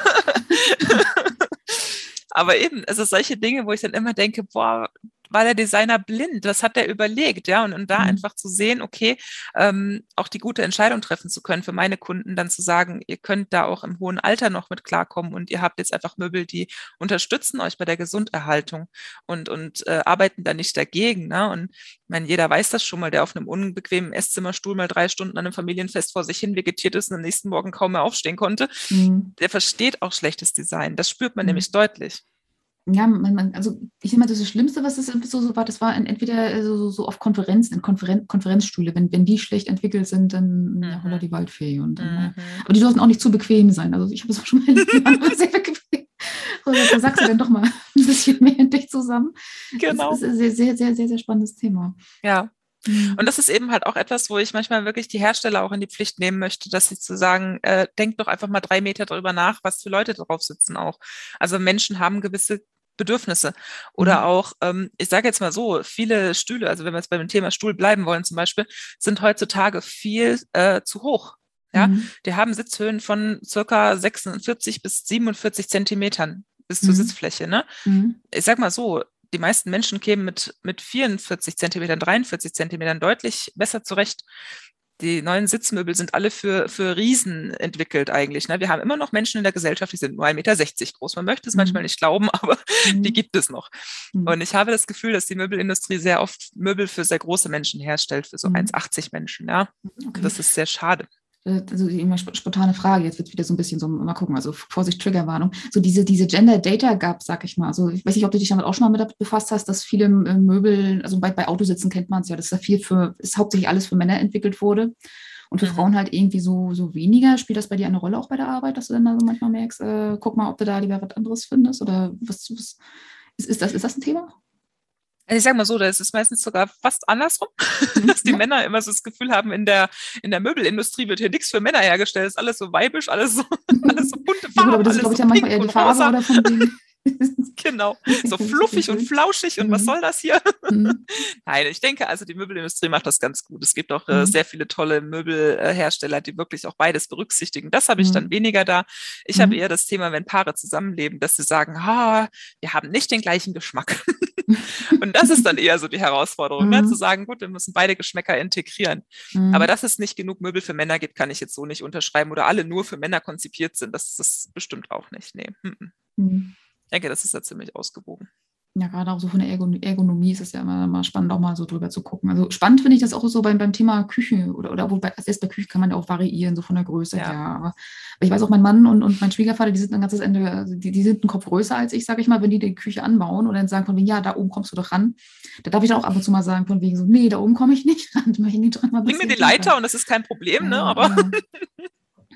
Aber eben, es ist solche Dinge, wo ich dann immer denke, boah, war der Designer blind? Was hat der überlegt? Ja, und, und da mhm. einfach zu sehen, okay, ähm, auch die gute Entscheidung treffen zu können für meine Kunden, dann zu sagen, ihr könnt da auch im hohen Alter noch mit klarkommen und ihr habt jetzt einfach Möbel, die unterstützen euch bei der Gesunderhaltung und, und äh, arbeiten da nicht dagegen. Ne? Und ich meine, jeder weiß das schon mal, der auf einem unbequemen Esszimmerstuhl mal drei Stunden an einem Familienfest vor sich hin vegetiert ist und am nächsten Morgen kaum mehr aufstehen konnte, mhm. der versteht auch schlechtes Design. Das spürt man mhm. nämlich deutlich. Ja, man, man, also ich nehme mal, das Schlimmste, was das so, so war, das war entweder so, so auf Konferenzen, in Konferen- Konferenzstühle. Wenn, wenn die schlecht entwickelt sind, dann mhm. ja, holla die Waldfee. Und dann, mhm. Aber die sollten auch nicht zu bequem sein. Also ich habe es auch schon mal erlebt, die waren sehr bequem. So, da sagst du dann doch mal ein bisschen mehr in dich zusammen. Genau. Das ist ein sehr, sehr, sehr, sehr, sehr spannendes Thema. Ja. Und das ist eben halt auch etwas, wo ich manchmal wirklich die Hersteller auch in die Pflicht nehmen möchte, dass sie zu sagen, äh, denkt doch einfach mal drei Meter darüber nach, was für Leute drauf sitzen auch. Also Menschen haben gewisse Bedürfnisse oder mhm. auch, ähm, ich sage jetzt mal so, viele Stühle, also wenn wir jetzt beim Thema Stuhl bleiben wollen zum Beispiel, sind heutzutage viel äh, zu hoch. Ja, mhm. die haben Sitzhöhen von circa sechsundvierzig bis siebenundvierzig Zentimetern bis zur mhm. Sitzfläche. Ne? Mhm. Ich sag mal so, die meisten Menschen kämen mit, mit vierundvierzig Zentimetern, dreiundvierzig Zentimetern deutlich besser zurecht. Die neuen Sitzmöbel sind alle für, für Riesen entwickelt eigentlich. Ne? Wir haben immer noch Menschen in der Gesellschaft, die sind nur ein Meter sechzig groß. Man möchte es mhm. manchmal nicht glauben, aber mhm. die gibt es noch. Mhm. Und ich habe das Gefühl, dass die Möbelindustrie sehr oft Möbel für sehr große Menschen herstellt, für so mhm. eins Komma achtzig Menschen. Ja? Okay. Das ist sehr schade. Also immer spontane Frage, jetzt wird es wieder so ein bisschen so, mal gucken, also Vorsicht, Triggerwarnung. So diese, diese Gender Data Gap, sag ich mal. Also ich weiß nicht, ob du dich damit auch schon mal mit befasst hast, dass viele Möbel, also bei, bei Autositzen kennt man es ja, dass da viel für, ist hauptsächlich alles für Männer entwickelt wurde. Und für mhm. Frauen halt irgendwie so, so weniger. Spielt das bei dir eine Rolle auch bei der Arbeit, dass du dann da so manchmal merkst, äh, guck mal, ob du da lieber was anderes findest? Oder was, was ist, ist, das, ist das ein Thema? Ich sage mal so, das ist meistens sogar fast andersrum, dass die ja. Männer immer so das Gefühl haben, in der, in der Möbelindustrie wird hier nichts für Männer hergestellt. Es ist alles so weibisch, alles so, alles so bunte Farben. Ja, gut, aber das ist, glaube ich, ja manchmal eher die Farbe oder von denen. Genau, so fluffig und flauschig und mhm. was soll das hier? Mhm. Nein, ich denke, also die Möbelindustrie macht das ganz gut. Es gibt auch äh, mhm. sehr viele tolle Möbelhersteller, die wirklich auch beides berücksichtigen. Das habe ich mhm. dann weniger da. Ich mhm. habe eher das Thema, wenn Paare zusammenleben, dass sie sagen, ha, wir haben nicht den gleichen Geschmack. Und das ist dann eher so die Herausforderung, mhm. ne? Zu sagen, gut, wir müssen beide Geschmäcker integrieren. Mhm. Aber dass es nicht genug Möbel für Männer gibt, kann ich jetzt so nicht unterschreiben. Oder alle nur für Männer konzipiert sind, das ist das bestimmt auch nicht. Nee. Mhm. Mhm. Ich denke, das ist ja ziemlich ausgewogen. Ja, gerade auch so von der Ergonomie ist es ja immer, immer spannend, auch mal so drüber zu gucken. Also spannend finde ich das auch so beim, beim Thema Küche oder, oder wobei, selbst bei Küche kann man ja auch variieren, so von der Größe her. Ja. Aber, aber ich weiß auch, mein Mann und, und mein Schwiegervater, die sind ein ganzes Ende, also die, die sind einen Kopf größer als ich, sage ich mal, wenn die die Küche anbauen und dann sagen von wegen, ja, da oben kommst du doch ran. Da darf ich dann auch ab und zu mal sagen, von wegen so, nee, da oben komme ich nicht ran. Bring mir die Leiter und das ist kein Problem, ja, ne? Aber. Ja.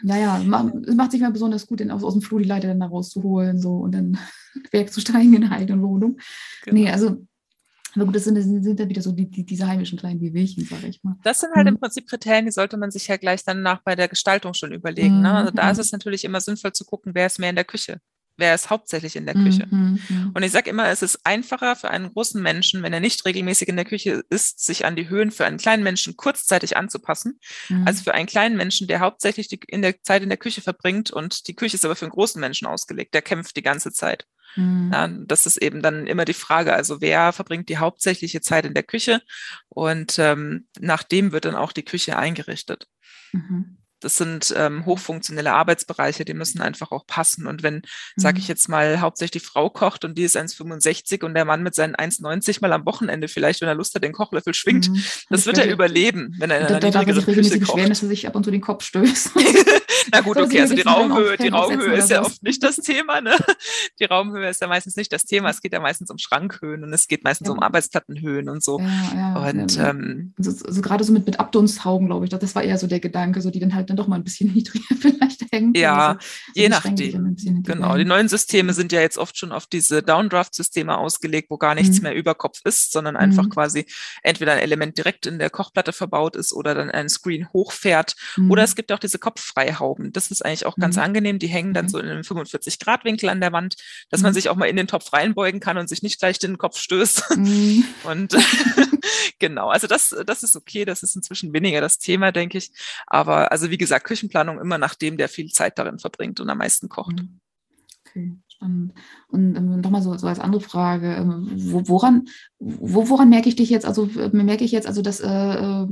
Ja, ja, es macht sich mal besonders gut, den aus, aus dem Flur die Leiter dann da rauszuholen so, und dann bergzusteigen in der eigenen Wohnung. Genau. Nee, also, aber gut, das sind, das sind dann wieder so die, die, diese heimischen kleinen Wehwehchen, sage ich mal. Das sind halt mhm. im Prinzip Kriterien, die sollte man sich ja gleich danach bei der Gestaltung schon überlegen. Mhm. Ne? Also da ist es natürlich immer sinnvoll zu gucken, wer ist mehr in der Küche. Wer ist hauptsächlich in der Küche? Mhm, mh. Und ich sage immer, es ist einfacher für einen großen Menschen, wenn er nicht regelmäßig in der Küche ist, sich an die Höhen für einen kleinen Menschen kurzzeitig anzupassen, mhm. als für einen kleinen Menschen, der hauptsächlich die in der Zeit in der Küche verbringt und die Küche ist aber für einen großen Menschen ausgelegt, der kämpft die ganze Zeit. Mhm. Ja, das ist eben dann immer die Frage, also wer verbringt die hauptsächliche Zeit in der Küche und ähm, nach dem wird dann auch die Küche eingerichtet. Mhm. Das sind ähm, hochfunktionelle Arbeitsbereiche, die müssen einfach auch passen. Und wenn, mhm. sage ich jetzt mal, hauptsächlich die Frau kocht und die ist eins Komma fünfundsechzig und der Mann mit seinen eins Komma neunzig mal am Wochenende vielleicht, wenn er Lust hat, den Kochlöffel schwingt, mhm. das wird er überleben, wenn er in einer da, niedrigeren da, Küche kocht. Beschweren, dass er sich ab und zu den Kopf stößt. Na gut, okay, also die Raumhöhe, die Raumhöhe ist ja oft nicht das Thema, ne? Die Raumhöhe ist ja meistens nicht das Thema. Es geht ja meistens um Schrankhöhen und es geht meistens ja. um Arbeitsplattenhöhen und so. Ja, ja, und ja. Ähm, also, also gerade so mit, mit Abdunsthauben, glaube ich, das war eher so der Gedanke, so die dann halt dann doch mal ein bisschen niedriger vielleicht hängen. Ja, also, so je nachdem. Genau, die neuen Systeme sind ja jetzt oft schon auf diese Downdraft-Systeme ausgelegt, wo gar nichts mhm. mehr über Kopf ist, sondern einfach mhm. quasi entweder ein Element direkt in der Kochplatte verbaut ist oder dann ein Screen hochfährt. Mhm. Oder es gibt auch diese Kopffreihauben. Das ist eigentlich auch ganz mhm. angenehm. Die hängen dann okay. so in einem fünfundvierzig Grad Winkel an der Wand, dass mhm. man sich auch mal in den Topf reinbeugen kann und sich nicht gleich den Kopf stößt. Mhm. Und genau, also das, das ist okay. Das ist inzwischen weniger das Thema, denke ich. Aber also wie gesagt, Küchenplanung immer nach dem, der viel Zeit darin verbringt und am meisten kocht. Okay, spannend. Und ähm, nochmal so, so als andere Frage, ähm, wo, woran, wo, woran merke ich dich jetzt, also äh, merke ich jetzt, also dass äh,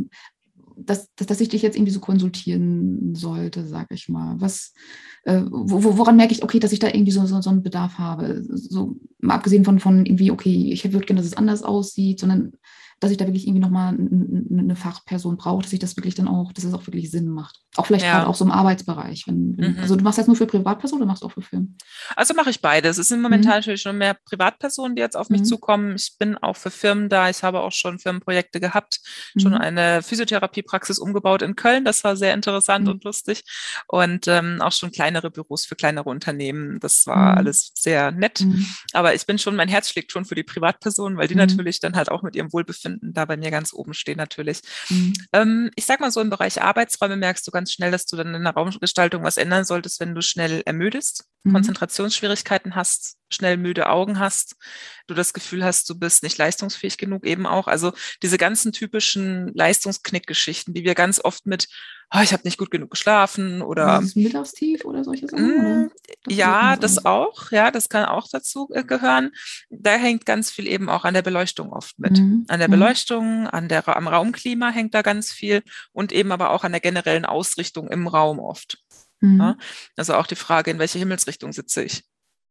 Dass, dass, dass ich dich jetzt irgendwie so konsultieren sollte, sag ich mal. Was, äh, wo, woran merke ich, okay, dass ich da irgendwie so, so, so einen Bedarf habe? So, mal abgesehen von, von irgendwie, okay, ich würde gerne, dass es anders aussieht, sondern dass ich da wirklich irgendwie nochmal eine Fachperson brauche, dass ich das wirklich dann auch, dass es auch wirklich Sinn macht. Auch vielleicht ja. gerade auch so im Arbeitsbereich. Wenn, wenn, mhm. Also du machst das nur für Privatpersonen oder machst du auch für Firmen? Also mache ich beides. Es sind momentan mhm. natürlich schon mehr Privatpersonen, die jetzt auf mich mhm. zukommen. Ich bin auch für Firmen da. Ich habe auch schon Firmenprojekte gehabt, mhm. schon eine Physiotherapiepraxis umgebaut in Köln. Das war sehr interessant mhm. und lustig. Und ähm, auch schon kleinere Büros für kleinere Unternehmen. Das war mhm. alles sehr nett. Mhm. Aber ich bin schon, mein Herz schlägt schon für die Privatpersonen, weil die mhm. natürlich dann halt auch mit ihrem Wohlbefinden da bei mir ganz oben stehen natürlich. Mhm. Ähm, ich sag mal so, im Bereich Arbeitsräume merkst du ganz schnell, dass du dann in der Raumgestaltung was ändern solltest, wenn du schnell ermüdest, mhm. Konzentrationsschwierigkeiten hast, schnell müde Augen hast, du das Gefühl hast, du bist nicht leistungsfähig genug eben auch. Also diese ganzen typischen Leistungsknickgeschichten, die wir ganz oft mit oh, ich habe nicht gut genug geschlafen oder dieses Mittagstief oder solche Sachen? Mh, oder? Das ja, das auch. Ja, das kann auch dazu äh, gehören. Da hängt ganz viel eben auch an der Beleuchtung oft mit. Mhm. An der Beleuchtung, an der, am Raumklima hängt da ganz viel und eben aber auch an der generellen Ausrichtung im Raum oft. Mhm. Ja? Also auch die Frage, in welche Himmelsrichtung sitze ich?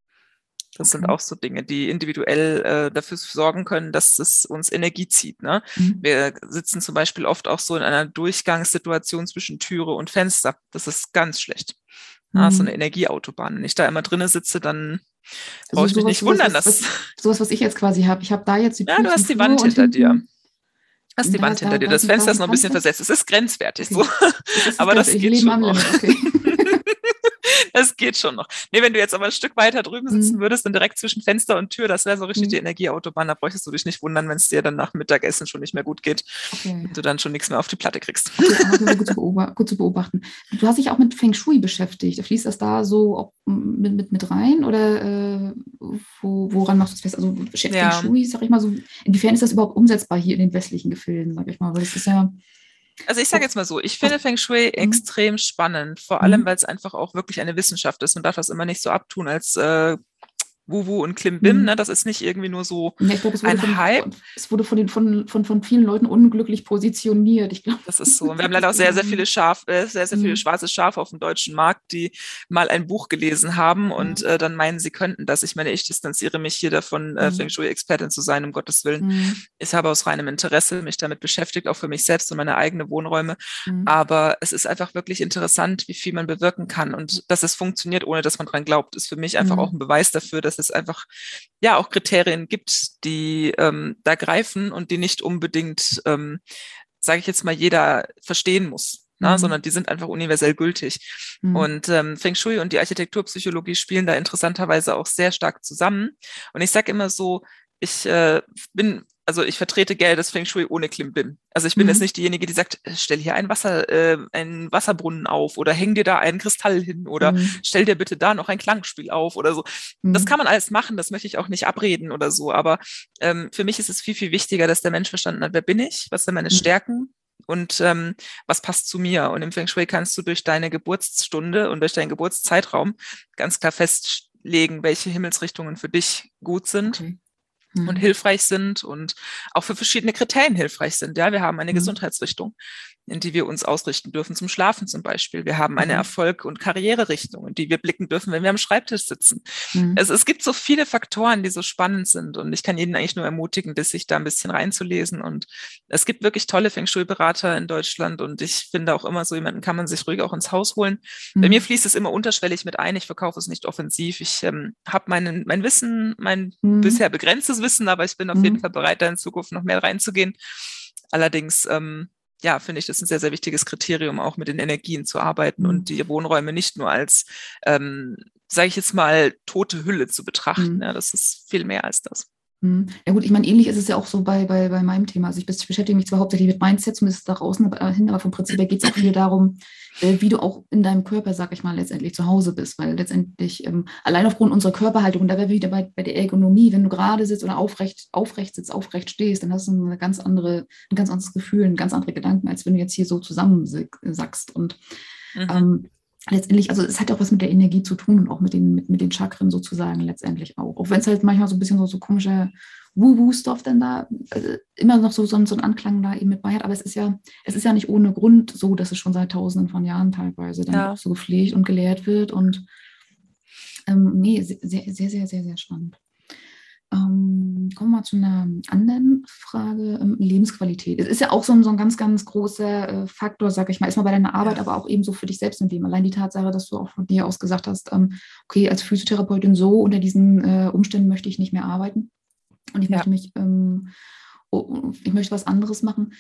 Das okay. sind auch so Dinge, die individuell äh, dafür sorgen können, dass es uns Energie zieht. Ne? Mhm. Wir sitzen zum Beispiel oft auch so in einer Durchgangssituation zwischen Türe und Fenster. Das ist ganz schlecht. Mhm. Ja, so eine Energieautobahn. Wenn ich da immer drinne sitze, dann brauche ich also mich nicht wundern. Was, dass was, sowas, was ich jetzt quasi habe. Ich habe da jetzt die Tür. Ja, du hast die Wand hinter dir. Hast die Wand hinter dir. Das Fenster ist noch ein bisschen versetzt. Es ist grenzwertig okay. so. Das aber das geht schon noch. Okay. Das geht schon noch. Nee, wenn du jetzt aber ein Stück weiter drüben sitzen mhm. würdest und direkt zwischen Fenster und Tür, das wäre so richtig mhm. die Energieautobahn, da bräuchtest du dich nicht wundern, wenn es dir dann nach Mittagessen schon nicht mehr gut geht okay. und du dann schon nichts mehr auf die Platte kriegst. Okay, gut, zu gut zu beobachten. Du hast dich auch mit Feng Shui beschäftigt. Fließt das da so mit, mit, mit rein oder äh, wo, woran machst du es fest? Also Feng ja. Shui, sag ich mal so, inwiefern ist das überhaupt umsetzbar hier in den westlichen Gefilden, sag ich mal, weil das ist ja Also ich sage jetzt mal so, ich finde Feng Shui mhm. extrem spannend, vor allem, weil es einfach auch wirklich eine Wissenschaft ist. Man darf das immer nicht so abtun als äh, Wu-Wu und Klimbim, mhm. ne? Das ist nicht irgendwie nur so ja, ich glaub, es wurde ein von, Hype. Es wurde von, den, von, von, von vielen Leuten unglücklich positioniert. Ich glaube, das ist so. Und wir haben leider auch sehr, sehr viele Schaf, äh, sehr, sehr viele mhm. schwarze Schafe auf dem deutschen Markt, die mal ein Buch gelesen haben und mhm. äh, dann meinen, sie könnten das. Ich meine, ich distanziere mich hier davon, äh, mhm. Feng Shui-Expertin zu sein, um Gottes Willen. Mhm. Ich habe aus reinem Interesse mich damit beschäftigt, auch für mich selbst und meine eigenen Wohnräume. Mhm. Aber es ist einfach wirklich interessant, wie viel man bewirken kann. Und dass es funktioniert, ohne dass man dran glaubt, ist für mich einfach mhm. auch ein Beweis dafür, dass es einfach ja auch Kriterien gibt, die ähm, da greifen und die nicht unbedingt, ähm, sage ich jetzt mal, jeder verstehen muss. na, Mhm. sondern die sind einfach universell gültig. Mhm. Und ähm, Feng Shui und die Architekturpsychologie spielen da interessanterweise auch sehr stark zusammen. Und ich sage immer so, ich äh, bin, also ich vertrete gerne das Feng Shui ohne Klimbim. Also ich bin Mhm. jetzt nicht diejenige, die sagt, stell hier ein Wasser, äh, einen Wasserbrunnen auf oder häng dir da einen Kristall hin oder Mhm. stell dir bitte da noch ein Klangspiel auf oder so. Das Mhm. kann man alles machen, das möchte ich auch nicht abreden oder so. Aber ähm, für mich ist es viel, viel wichtiger, dass der Mensch verstanden hat, wer bin ich, was sind meine Mhm. Stärken und ähm, was passt zu mir. Und im Feng Shui kannst du durch deine Geburtsstunde und durch deinen Geburtszeitraum ganz klar festlegen, welche Himmelsrichtungen für dich gut sind. Okay. Und Mhm. hilfreich sind und auch für verschiedene Kriterien hilfreich sind. Ja, wir haben eine Mhm. Gesundheitsrichtung, in die wir uns ausrichten dürfen, zum Schlafen zum Beispiel. Wir haben eine Mhm. Erfolg- und Karriererichtung, in die wir blicken dürfen, wenn wir am Schreibtisch sitzen. Mhm. Also es gibt so viele Faktoren, die so spannend sind und ich kann jeden eigentlich nur ermutigen, das sich da ein bisschen reinzulesen und es gibt wirklich tolle Feng Shui-Berater in Deutschland und ich finde auch immer, so jemanden kann man sich ruhig auch ins Haus holen. Mhm. Bei mir fließt es immer unterschwellig mit ein, ich verkaufe es nicht offensiv. Ich ähm, habe mein Wissen, mein Mhm. bisher begrenztes Wissen, aber ich bin auf Mhm. jeden Fall bereit, da in Zukunft noch mehr reinzugehen. Allerdings, ähm, ja, finde ich das ein sehr, sehr wichtiges Kriterium, auch mit den Energien zu arbeiten Mhm. und die Wohnräume nicht nur als, ähm, sage ich jetzt mal, tote Hülle zu betrachten. Mhm. Ja, das ist viel mehr als das. Mhm. Ja gut, ich meine, ähnlich ist es ja auch so bei, bei, bei meinem Thema. Also ich bes- beschäftige mich zwar hauptsächlich mit Mindset, zumindest nach außen aber, äh, hin, aber vom Prinzip her geht es auch viel darum, äh, wie du auch in deinem Körper, sag ich mal, letztendlich zu Hause bist. Weil letztendlich ähm, allein aufgrund unserer Körperhaltung, und da wären wir wieder bei, bei der Ergonomie, wenn du gerade sitzt oder aufrecht, aufrecht sitzt, aufrecht stehst, dann hast du eine ganz andere, ein ganz anderes Gefühl, ein ganz andere Gedanken, als wenn du jetzt hier so zusammensackst. Und Mhm. ähm, letztendlich, also es hat auch was mit der Energie zu tun und auch mit den, mit, mit den Chakren sozusagen letztendlich auch. Auch wenn es halt manchmal so ein bisschen so, so komischer Woo-Woo-Stuff dann da äh, immer noch so, so, so einen Anklang da eben mit bei hat. Aber es ist ja, es ist ja nicht ohne Grund so, dass es schon seit Tausenden von Jahren teilweise dann Ja. auch so gepflegt und gelehrt wird. Und ähm, nee, sehr, sehr, sehr, sehr, sehr, sehr spannend. Ähm, kommen wir mal zu einer anderen Frage, ähm, Lebensqualität. Es ist ja auch so ein, so ein ganz, ganz großer äh, Faktor, sag ich mal, erstmal bei deiner Arbeit, Ja. aber auch eben so für dich selbst im Leben. Allein die Tatsache, dass du auch von dir aus gesagt hast, ähm, okay, als Physiotherapeutin so unter diesen äh, Umständen möchte ich nicht mehr arbeiten und ich Ja. möchte mich, ähm, oh, ich möchte was anderes machen.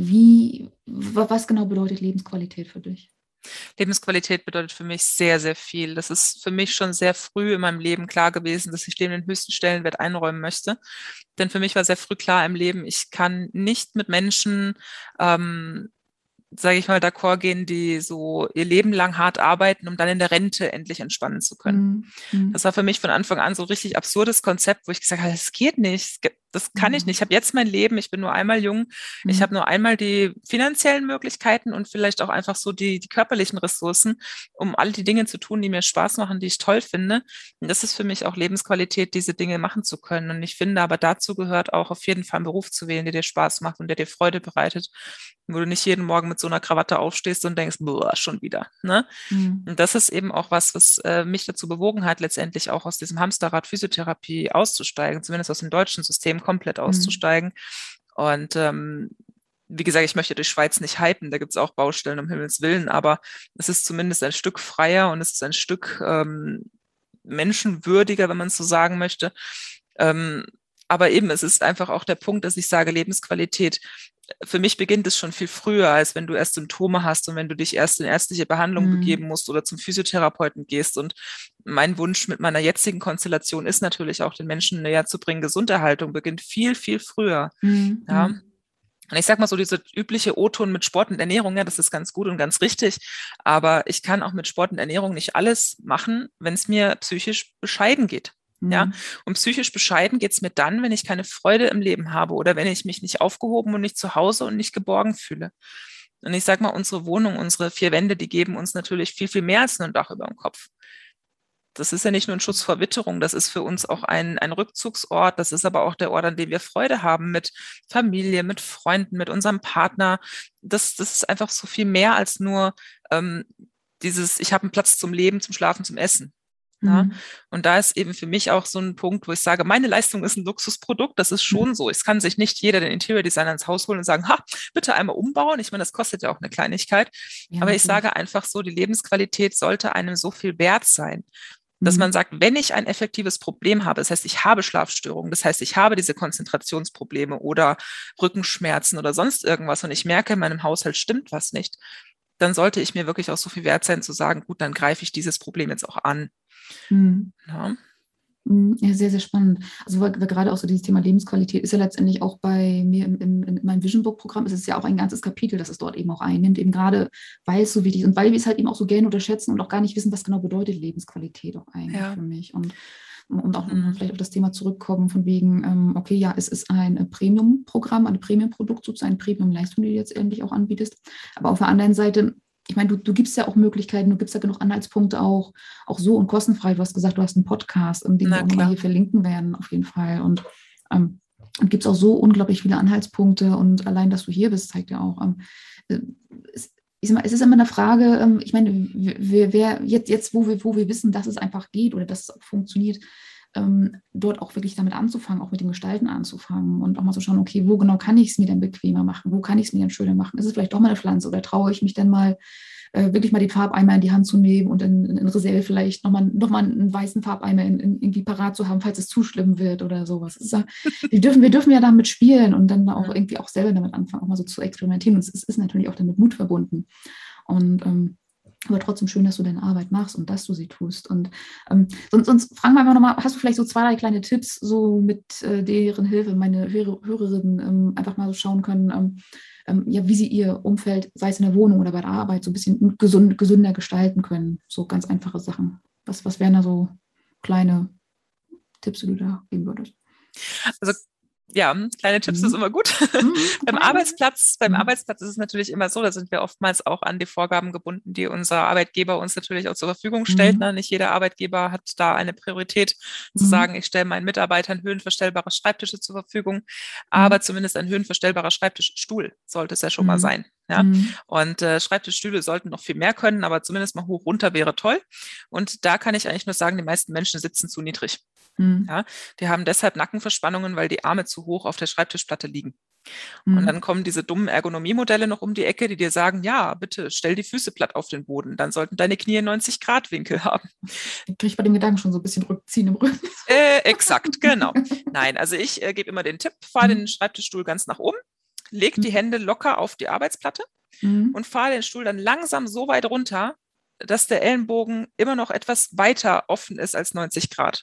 Wie, wa- was genau bedeutet Lebensqualität für dich? Lebensqualität bedeutet für mich sehr, sehr viel. Das ist für mich schon sehr früh in meinem Leben klar gewesen, dass ich dem den höchsten Stellenwert einräumen möchte. Denn für mich war sehr früh klar im Leben, ich kann nicht mit Menschen, ähm, sage ich mal, d'accord gehen, die so ihr Leben lang hart arbeiten, um dann in der Rente endlich entspannen zu können. Mhm. Das war für mich von Anfang an so ein richtig absurdes Konzept, wo ich gesagt habe, das geht nicht, das kann ich nicht. Ich habe jetzt mein Leben, ich bin nur einmal jung, ich Mhm. habe nur einmal die finanziellen Möglichkeiten und vielleicht auch einfach so die, die körperlichen Ressourcen, um all die Dinge zu tun, die mir Spaß machen, die ich toll finde. Und das ist für mich auch Lebensqualität, diese Dinge machen zu können. Und ich finde aber dazu gehört auch auf jeden Fall einen Beruf zu wählen, der dir Spaß macht und der dir Freude bereitet, wo du nicht jeden Morgen mit so einer Krawatte aufstehst und denkst, boah, schon wieder. Ne? Mhm. Und das ist eben auch was, was äh, mich dazu bewogen hat, letztendlich auch aus diesem Hamsterrad Physiotherapie auszusteigen, zumindest aus dem deutschen System komplett auszusteigen. Mhm. Und ähm, wie gesagt, ich möchte die Schweiz nicht hypen, da gibt es auch Baustellen, um Himmels Willen, aber es ist zumindest ein Stück freier und es ist ein Stück ähm, menschenwürdiger, wenn man es so sagen möchte. Ähm, aber eben, es ist einfach auch der Punkt, dass ich sage, Lebensqualität, für mich beginnt es schon viel früher, als wenn du erst Symptome hast und wenn du dich erst in ärztliche Behandlung Mhm. begeben musst oder zum Physiotherapeuten gehst. Und mein Wunsch mit meiner jetzigen Konstellation ist natürlich auch, den Menschen näher zu bringen. Gesunderhaltung beginnt viel, viel früher. Mhm. Ja. Und ich sag mal so, diese übliche O-Ton mit Sport und Ernährung, ja, das ist ganz gut und ganz richtig. Aber ich kann auch mit Sport und Ernährung nicht alles machen, wenn es mir psychisch bescheiden geht. Mhm. Ja, und psychisch bescheiden geht's mir dann, wenn ich keine Freude im Leben habe oder wenn ich mich nicht aufgehoben und nicht zu Hause und nicht geborgen fühle. Und ich sag mal, unsere Wohnung, unsere vier Wände, die geben uns natürlich viel, viel mehr als nur ein Dach über dem Kopf. Das ist ja nicht nur ein Schutz vor Witterung, das ist für uns auch ein, ein Rückzugsort, das ist aber auch der Ort, an dem wir Freude haben mit Familie, mit Freunden, mit unserem Partner. Das, das ist einfach so viel mehr als nur ähm, dieses, ich habe einen Platz zum Leben, zum Schlafen, zum Essen. Ja, Mhm. und da ist eben für mich auch so ein Punkt, wo ich sage, meine Leistung ist ein Luxusprodukt, das ist schon so. Es kann sich nicht jeder den Interior Designer ins Haus holen und sagen, ha, bitte einmal umbauen. Ich meine, das kostet ja auch eine Kleinigkeit. Ja, aber ich natürlich. sage einfach so, die Lebensqualität sollte einem so viel wert sein, dass Mhm. man sagt, wenn ich ein effektives Problem habe, das heißt, ich habe Schlafstörungen, das heißt, ich habe diese Konzentrationsprobleme oder Rückenschmerzen oder sonst irgendwas und ich merke, in meinem Haushalt stimmt was nicht, dann sollte ich mir wirklich auch so viel wert sein, zu sagen, gut, dann greife ich dieses Problem jetzt auch an. Mhm. Ja. Ja, sehr, sehr spannend. Also weil, weil gerade auch so dieses Thema Lebensqualität ist ja letztendlich auch bei mir im, im, in meinem Vision Book Programm ist es ja auch ein ganzes Kapitel, das es dort eben auch einnimmt, eben gerade weil es so wichtig ist und weil wir es halt eben auch so gerne unterschätzen und auch gar nicht wissen, was genau bedeutet Lebensqualität auch eigentlich Ja. für mich. Und, und auch Mhm. vielleicht auf das Thema zurückkommen von wegen, ähm, okay, ja, es ist ein Premium-Programm, ein Premium-Produkt, sozusagen eine Premium-Leistung, die du jetzt endlich auch anbietest. Aber auf der anderen Seite, ich meine, du, du gibst ja auch Möglichkeiten, du gibst ja genug Anhaltspunkte auch, auch so und kostenfrei. Du hast gesagt, du hast einen Podcast, den Na wir auch nochmal klar. hier verlinken werden, auf jeden Fall. Und ähm, und gibt es auch so unglaublich viele Anhaltspunkte und allein, dass du hier bist, zeigt ja auch, ähm, äh, es, ich sag mal, es ist immer eine Frage, ähm, ich meine, wer, wer jetzt, jetzt wo, wir, wo wir wissen, dass es einfach geht oder dass es auch funktioniert, ähm, dort auch wirklich damit anzufangen, auch mit dem Gestalten anzufangen und auch mal zu schauen, okay, wo genau kann ich es mir denn bequemer machen, wo kann ich es mir denn schöner machen? Ist es vielleicht doch mal eine Pflanze oder traue ich mich denn mal äh, wirklich mal den Farbeimer in die Hand zu nehmen und in, in Reserve vielleicht nochmal noch mal einen weißen Farbeimer in, in, irgendwie parat zu haben, falls es zu schlimm wird oder sowas. Ist ja, wir, dürfen, wir dürfen ja damit spielen und dann auch irgendwie auch selber damit anfangen, auch mal so zu experimentieren. Und es ist, ist natürlich auch damit Mut verbunden. Und ähm, aber trotzdem schön, dass du deine Arbeit machst und dass du sie tust. Und ähm, sonst, sonst fragen wir einfach nochmal, hast du vielleicht so zwei, drei kleine Tipps, so mit äh, deren Hilfe meine Hör Hörerinnen ähm, einfach mal so schauen können, ähm, ähm, ja, wie sie ihr Umfeld, sei es in der Wohnung oder bei der Arbeit, so ein bisschen gesund, gesünder gestalten können. So ganz einfache Sachen. Was, was wären da so kleine Tipps, die du da geben würdest? Also ja, kleine Tipps ist Mhm. immer gut. Mhm. Beim Arbeitsplatz, beim Mhm. Arbeitsplatz ist es natürlich immer so, da sind wir oftmals auch an die Vorgaben gebunden, die unser Arbeitgeber uns natürlich auch zur Verfügung stellt. Mhm. Ne? Nicht jeder Arbeitgeber hat da eine Priorität zu Mhm. sagen, ich stelle meinen Mitarbeitern höhenverstellbare Schreibtische zur Verfügung, aber Mhm. zumindest ein höhenverstellbarer Schreibtischstuhl sollte es ja schon mal Mhm. sein. Ja? Mhm. Und äh, Schreibtischstühle sollten noch viel mehr können, aber zumindest mal hoch runter wäre toll. Und da kann ich eigentlich nur sagen, die meisten Menschen sitzen zu niedrig. Mhm. Ja, die haben deshalb Nackenverspannungen, weil die Arme zu hoch auf der Schreibtischplatte liegen. Und Mhm. dann kommen diese dummen Ergonomiemodelle noch um die Ecke, die dir sagen, ja, bitte stell die Füße platt auf den Boden, dann sollten deine Knie neunzig Grad Winkel haben. Ich kriege bei dem Gedanken schon so ein bisschen Rückziehen im Rücken. Äh, exakt, genau. Nein, also ich äh, gebe immer den Tipp, fahr den Schreibtischstuhl ganz nach oben, leg die Hände locker auf die Arbeitsplatte Mhm. und fahr den Stuhl dann langsam so weit runter, dass der Ellenbogen immer noch etwas weiter offen ist als neunzig Grad.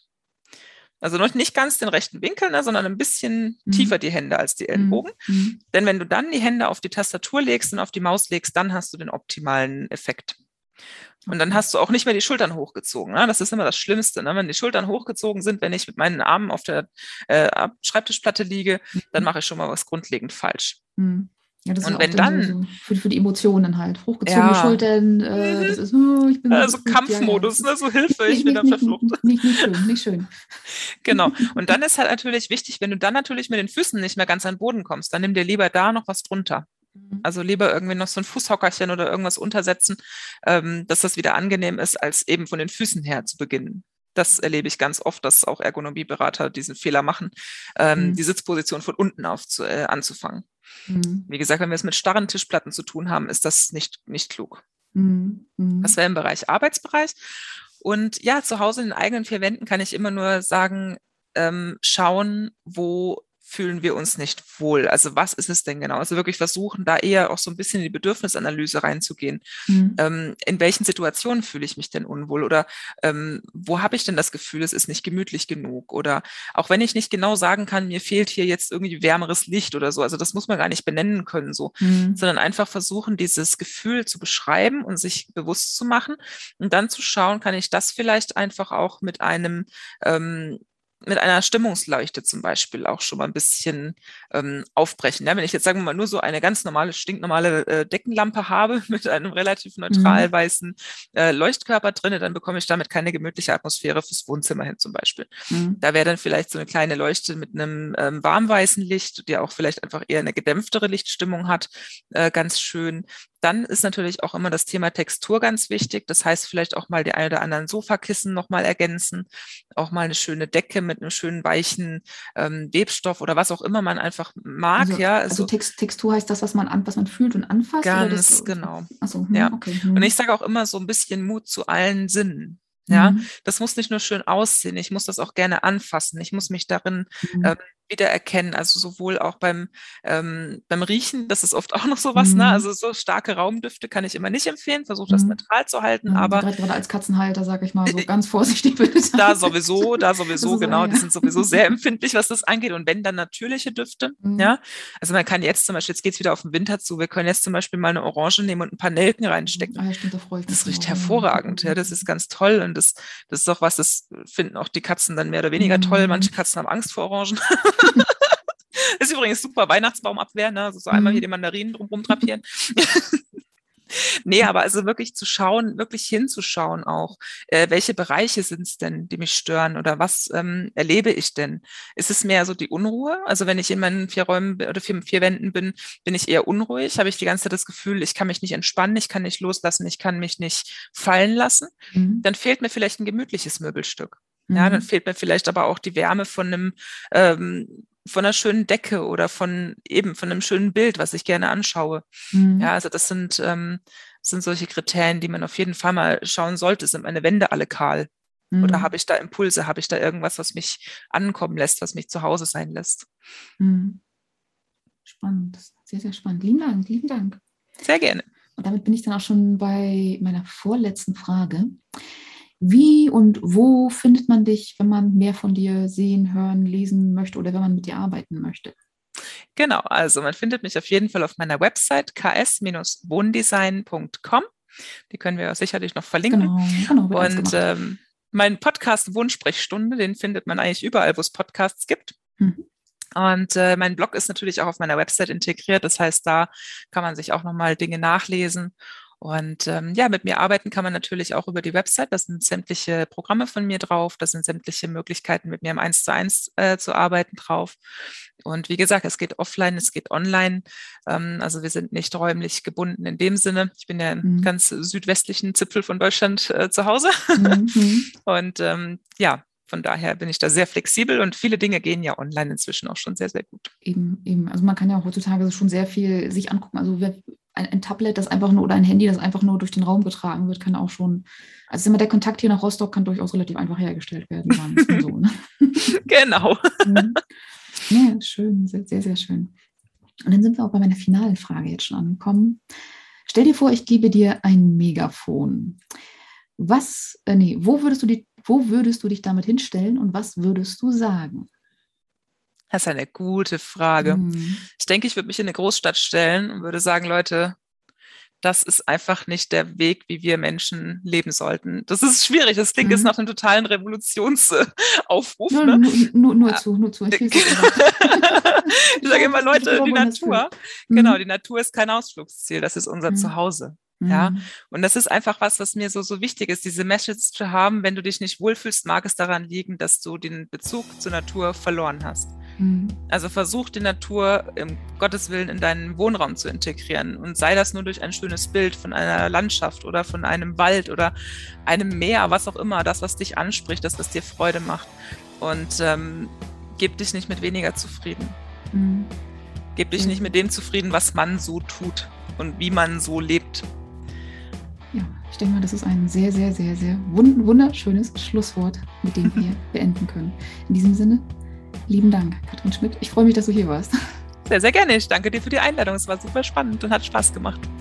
Also noch nicht ganz den rechten Winkel, ne, sondern ein bisschen Mhm. tiefer die Hände als die Ellenbogen. Mhm. Denn wenn du dann die Hände auf die Tastatur legst und auf die Maus legst, dann hast du den optimalen Effekt. Und dann Okay. hast du auch nicht mehr die Schultern hochgezogen. Ne? Das ist immer das Schlimmste. Ne? Wenn die Schultern hochgezogen sind, wenn ich mit meinen Armen auf der äh, Schreibtischplatte liege, dann mache ich schon mal was grundlegend falsch. Mhm. Ja, das ist ja Und auch wenn dann so, dann, so für, für die Emotionen halt. Hochgezogene ja, Schultern, äh, das ist, oh, ich bin so also betrübt. Ja, ja, das Kampfmodus, ne? ist So Hilfe, ich nicht, bin nicht, dann nicht, verflucht. nicht, nicht, nicht schön, nicht schön. Genau. Und dann ist halt natürlich wichtig, wenn du dann natürlich mit den Füßen nicht mehr ganz an den Boden kommst, dann nimm dir lieber da noch was drunter. Also lieber irgendwie noch so ein Fußhockerchen oder irgendwas untersetzen, ähm, dass das wieder angenehm ist, als eben von den Füßen her zu beginnen. Das erlebe ich ganz oft, dass auch Ergonomieberater diesen Fehler machen, ähm, Mhm. die Sitzposition von unten auf zu, äh, anzufangen. Mhm. Wie gesagt, wenn wir es mit starren Tischplatten zu tun haben, ist das nicht, nicht klug. Mhm. Das Mhm. wäre im Bereich Arbeitsbereich. Und ja, zu Hause in den eigenen vier Wänden kann ich immer nur sagen, ähm, schauen, wo fühlen wir uns nicht wohl. Also was ist es denn genau? Also wirklich versuchen, da eher auch so ein bisschen in die Bedürfnisanalyse reinzugehen. Mhm. Ähm, in welchen Situationen fühle ich mich denn unwohl? Oder ähm, wo habe ich denn das Gefühl, es ist nicht gemütlich genug? Oder auch wenn ich nicht genau sagen kann, mir fehlt hier jetzt irgendwie wärmeres Licht oder so. Also das muss man gar nicht benennen können so, Mhm. sondern einfach versuchen, dieses Gefühl zu beschreiben und sich bewusst zu machen und dann zu schauen, kann ich das vielleicht einfach auch mit einem ähm, mit einer Stimmungsleuchte zum Beispiel auch schon mal ein bisschen ähm, aufbrechen. Ja, wenn ich jetzt, sagen wir mal, nur so eine ganz normale, stinknormale äh, Deckenlampe habe mit einem relativ neutral Mhm. weißen äh, Leuchtkörper drin, dann bekomme ich damit keine gemütliche Atmosphäre fürs Wohnzimmer hin zum Beispiel. Mhm. Da wäre dann vielleicht so eine kleine Leuchte mit einem ähm, warmweißen Licht, die auch vielleicht einfach eher eine gedämpftere Lichtstimmung hat, äh, ganz schön. Dann ist natürlich auch immer das Thema Textur ganz wichtig. Das heißt, vielleicht auch mal die ein oder anderen Sofakissen nochmal ergänzen, auch mal eine schöne Decke mit einem schönen weichen ähm, Webstoff oder was auch immer man einfach mag. Also, Ja, also also Text, Textur heißt das, was man an, was man fühlt und anfasst, oder das? ganz genau. Achso, Ja. hm, okay. Und Hm. ich sage auch immer so ein bisschen Mut zu allen Sinnen. Ja, Mhm. das muss nicht nur schön aussehen, ich muss das auch gerne anfassen, ich muss mich darin Mhm. ähm, wiedererkennen. Also sowohl auch beim, ähm, beim Riechen, das ist oft auch noch sowas, mhm. ne? Also so starke Raumdüfte kann ich immer nicht empfehlen, versuche das mhm. neutral zu halten, mhm. aber gerade, gerade als Katzenhalter, sage ich mal, so ganz vorsichtig bitte. Da sowieso, da sowieso, genau, so, ja. Die sind sowieso sehr empfindlich, was das angeht. Und wenn dann natürliche Düfte, mhm. ja, also man kann jetzt zum Beispiel, jetzt geht's wieder auf den Winter zu, wir können jetzt zum Beispiel mal eine Orange nehmen und ein paar Nelken reinstecken. Ah, ja, stimmt, da freue ich mich. Das riecht hervorragend, ja, das ist ganz toll und das, das ist auch was, das finden auch die Katzen dann mehr oder weniger mhm. toll. Manche Katzen haben Angst vor Orangen. Ist übrigens super Weihnachtsbaumabwehr, ne? Also so einmal hier die Mandarinen drumherum drapieren. Nee, aber also wirklich zu schauen, wirklich hinzuschauen auch, äh, welche Bereiche sind es denn, die mich stören oder was ähm, erlebe ich denn? Ist es mehr so die Unruhe? Also wenn ich in meinen vier Räumen oder vier, vier Wänden bin, bin ich eher unruhig? Habe ich die ganze Zeit das Gefühl, ich kann mich nicht entspannen, ich kann nicht loslassen, ich kann mich nicht fallen lassen? Mhm. Dann fehlt mir vielleicht ein gemütliches Möbelstück. Mhm. Ja, dann fehlt mir vielleicht aber auch die Wärme von einem ähm, von einer schönen Decke oder von eben von einem schönen Bild, was ich gerne anschaue. Mhm. Ja, also das sind, ähm, sind solche Kriterien, die man auf jeden Fall mal schauen sollte. Sind meine Wände alle kahl? Mhm. Oder habe ich da Impulse? Habe ich da irgendwas, was mich ankommen lässt, was mich zu Hause sein lässt? Mhm. Spannend, sehr, sehr spannend. Lieben Dank, lieben Dank. Sehr gerne. Und damit bin ich dann auch schon bei meiner vorletzten Frage. Wie und wo findet man dich, wenn man mehr von dir sehen, hören, lesen möchte oder wenn man mit dir arbeiten möchte? Genau, also man findet mich auf jeden Fall auf meiner Website k s Bindestrich wohndesign punkt com. Die können wir sicherlich noch verlinken. Genau, genau. Und ähm, mein Podcast Wohnsprechstunde, den findet man eigentlich überall, wo es Podcasts gibt. Mhm. Und äh, mein Blog ist natürlich auch auf meiner Website integriert. Das heißt, da kann man sich auch nochmal Dinge nachlesen. Und ähm, ja, mit mir arbeiten kann man natürlich auch über die Website. Da sind sämtliche Programme von mir drauf. Da sind sämtliche Möglichkeiten, mit mir im Eins zu eins äh, zu arbeiten drauf. Und wie gesagt, es geht offline, es geht online. Ähm, also wir sind nicht räumlich gebunden in dem Sinne. Ich bin ja im mhm. ganz südwestlichen Zipfel von Deutschland äh, zu Hause. Mhm. Und ähm, ja, von daher bin ich da sehr flexibel und viele Dinge gehen ja online inzwischen auch schon sehr, sehr gut. Eben, eben. Also man kann ja auch heutzutage schon sehr viel sich angucken. Also wer, ein, ein Tablet, das einfach nur oder ein Handy, das einfach nur durch den Raum getragen wird, kann auch schon, also immer der Kontakt hier nach Rostock kann durchaus relativ einfach hergestellt werden. So, ne? Genau. Ja, schön, sehr, sehr, sehr schön. Und dann sind wir auch bei meiner finalen Frage jetzt schon angekommen. Stell dir vor, ich gebe dir ein Megafon. Was, äh, nee, wo würdest du die, wo würdest du dich damit hinstellen und was würdest du sagen? Das ist eine gute Frage. Hm. Ich denke, ich würde mich in eine Großstadt stellen und würde sagen, Leute, das ist einfach nicht der Weg, wie wir Menschen leben sollten. Das ist schwierig. Das klingt mhm. jetzt nach einem totalen Revolutionsaufruf. Nur, ne? nur, nur, nur zu, nur zu. Ich, ich sage immer, Leute, die Natur, mhm. genau, die Natur ist kein Ausflugsziel, das ist unser mhm. Zuhause. Ja, und das ist einfach was, was mir so, so wichtig ist, diese Message zu haben. Wenn du dich nicht wohlfühlst, mag es daran liegen, dass du den Bezug zur Natur verloren hast. Mhm. Also versuch die Natur im Gottes Willen in deinen Wohnraum zu integrieren und sei das nur durch ein schönes Bild von einer Landschaft oder von einem Wald oder einem Meer, was auch immer, das, was dich anspricht, das, was dir Freude macht. Und ähm, gib dich nicht mit weniger zufrieden. Mhm. Gib dich mhm. nicht mit dem zufrieden, was man so tut und wie man so lebt. Ja, ich denke mal, das ist ein sehr, sehr, sehr, sehr wunderschönes Schlusswort, mit dem wir beenden können. In diesem Sinne, lieben Dank, Katrin Schmidt. Ich freue mich, dass du hier warst. Sehr, sehr gerne. Ich danke dir für die Einladung. Es war super spannend und hat Spaß gemacht.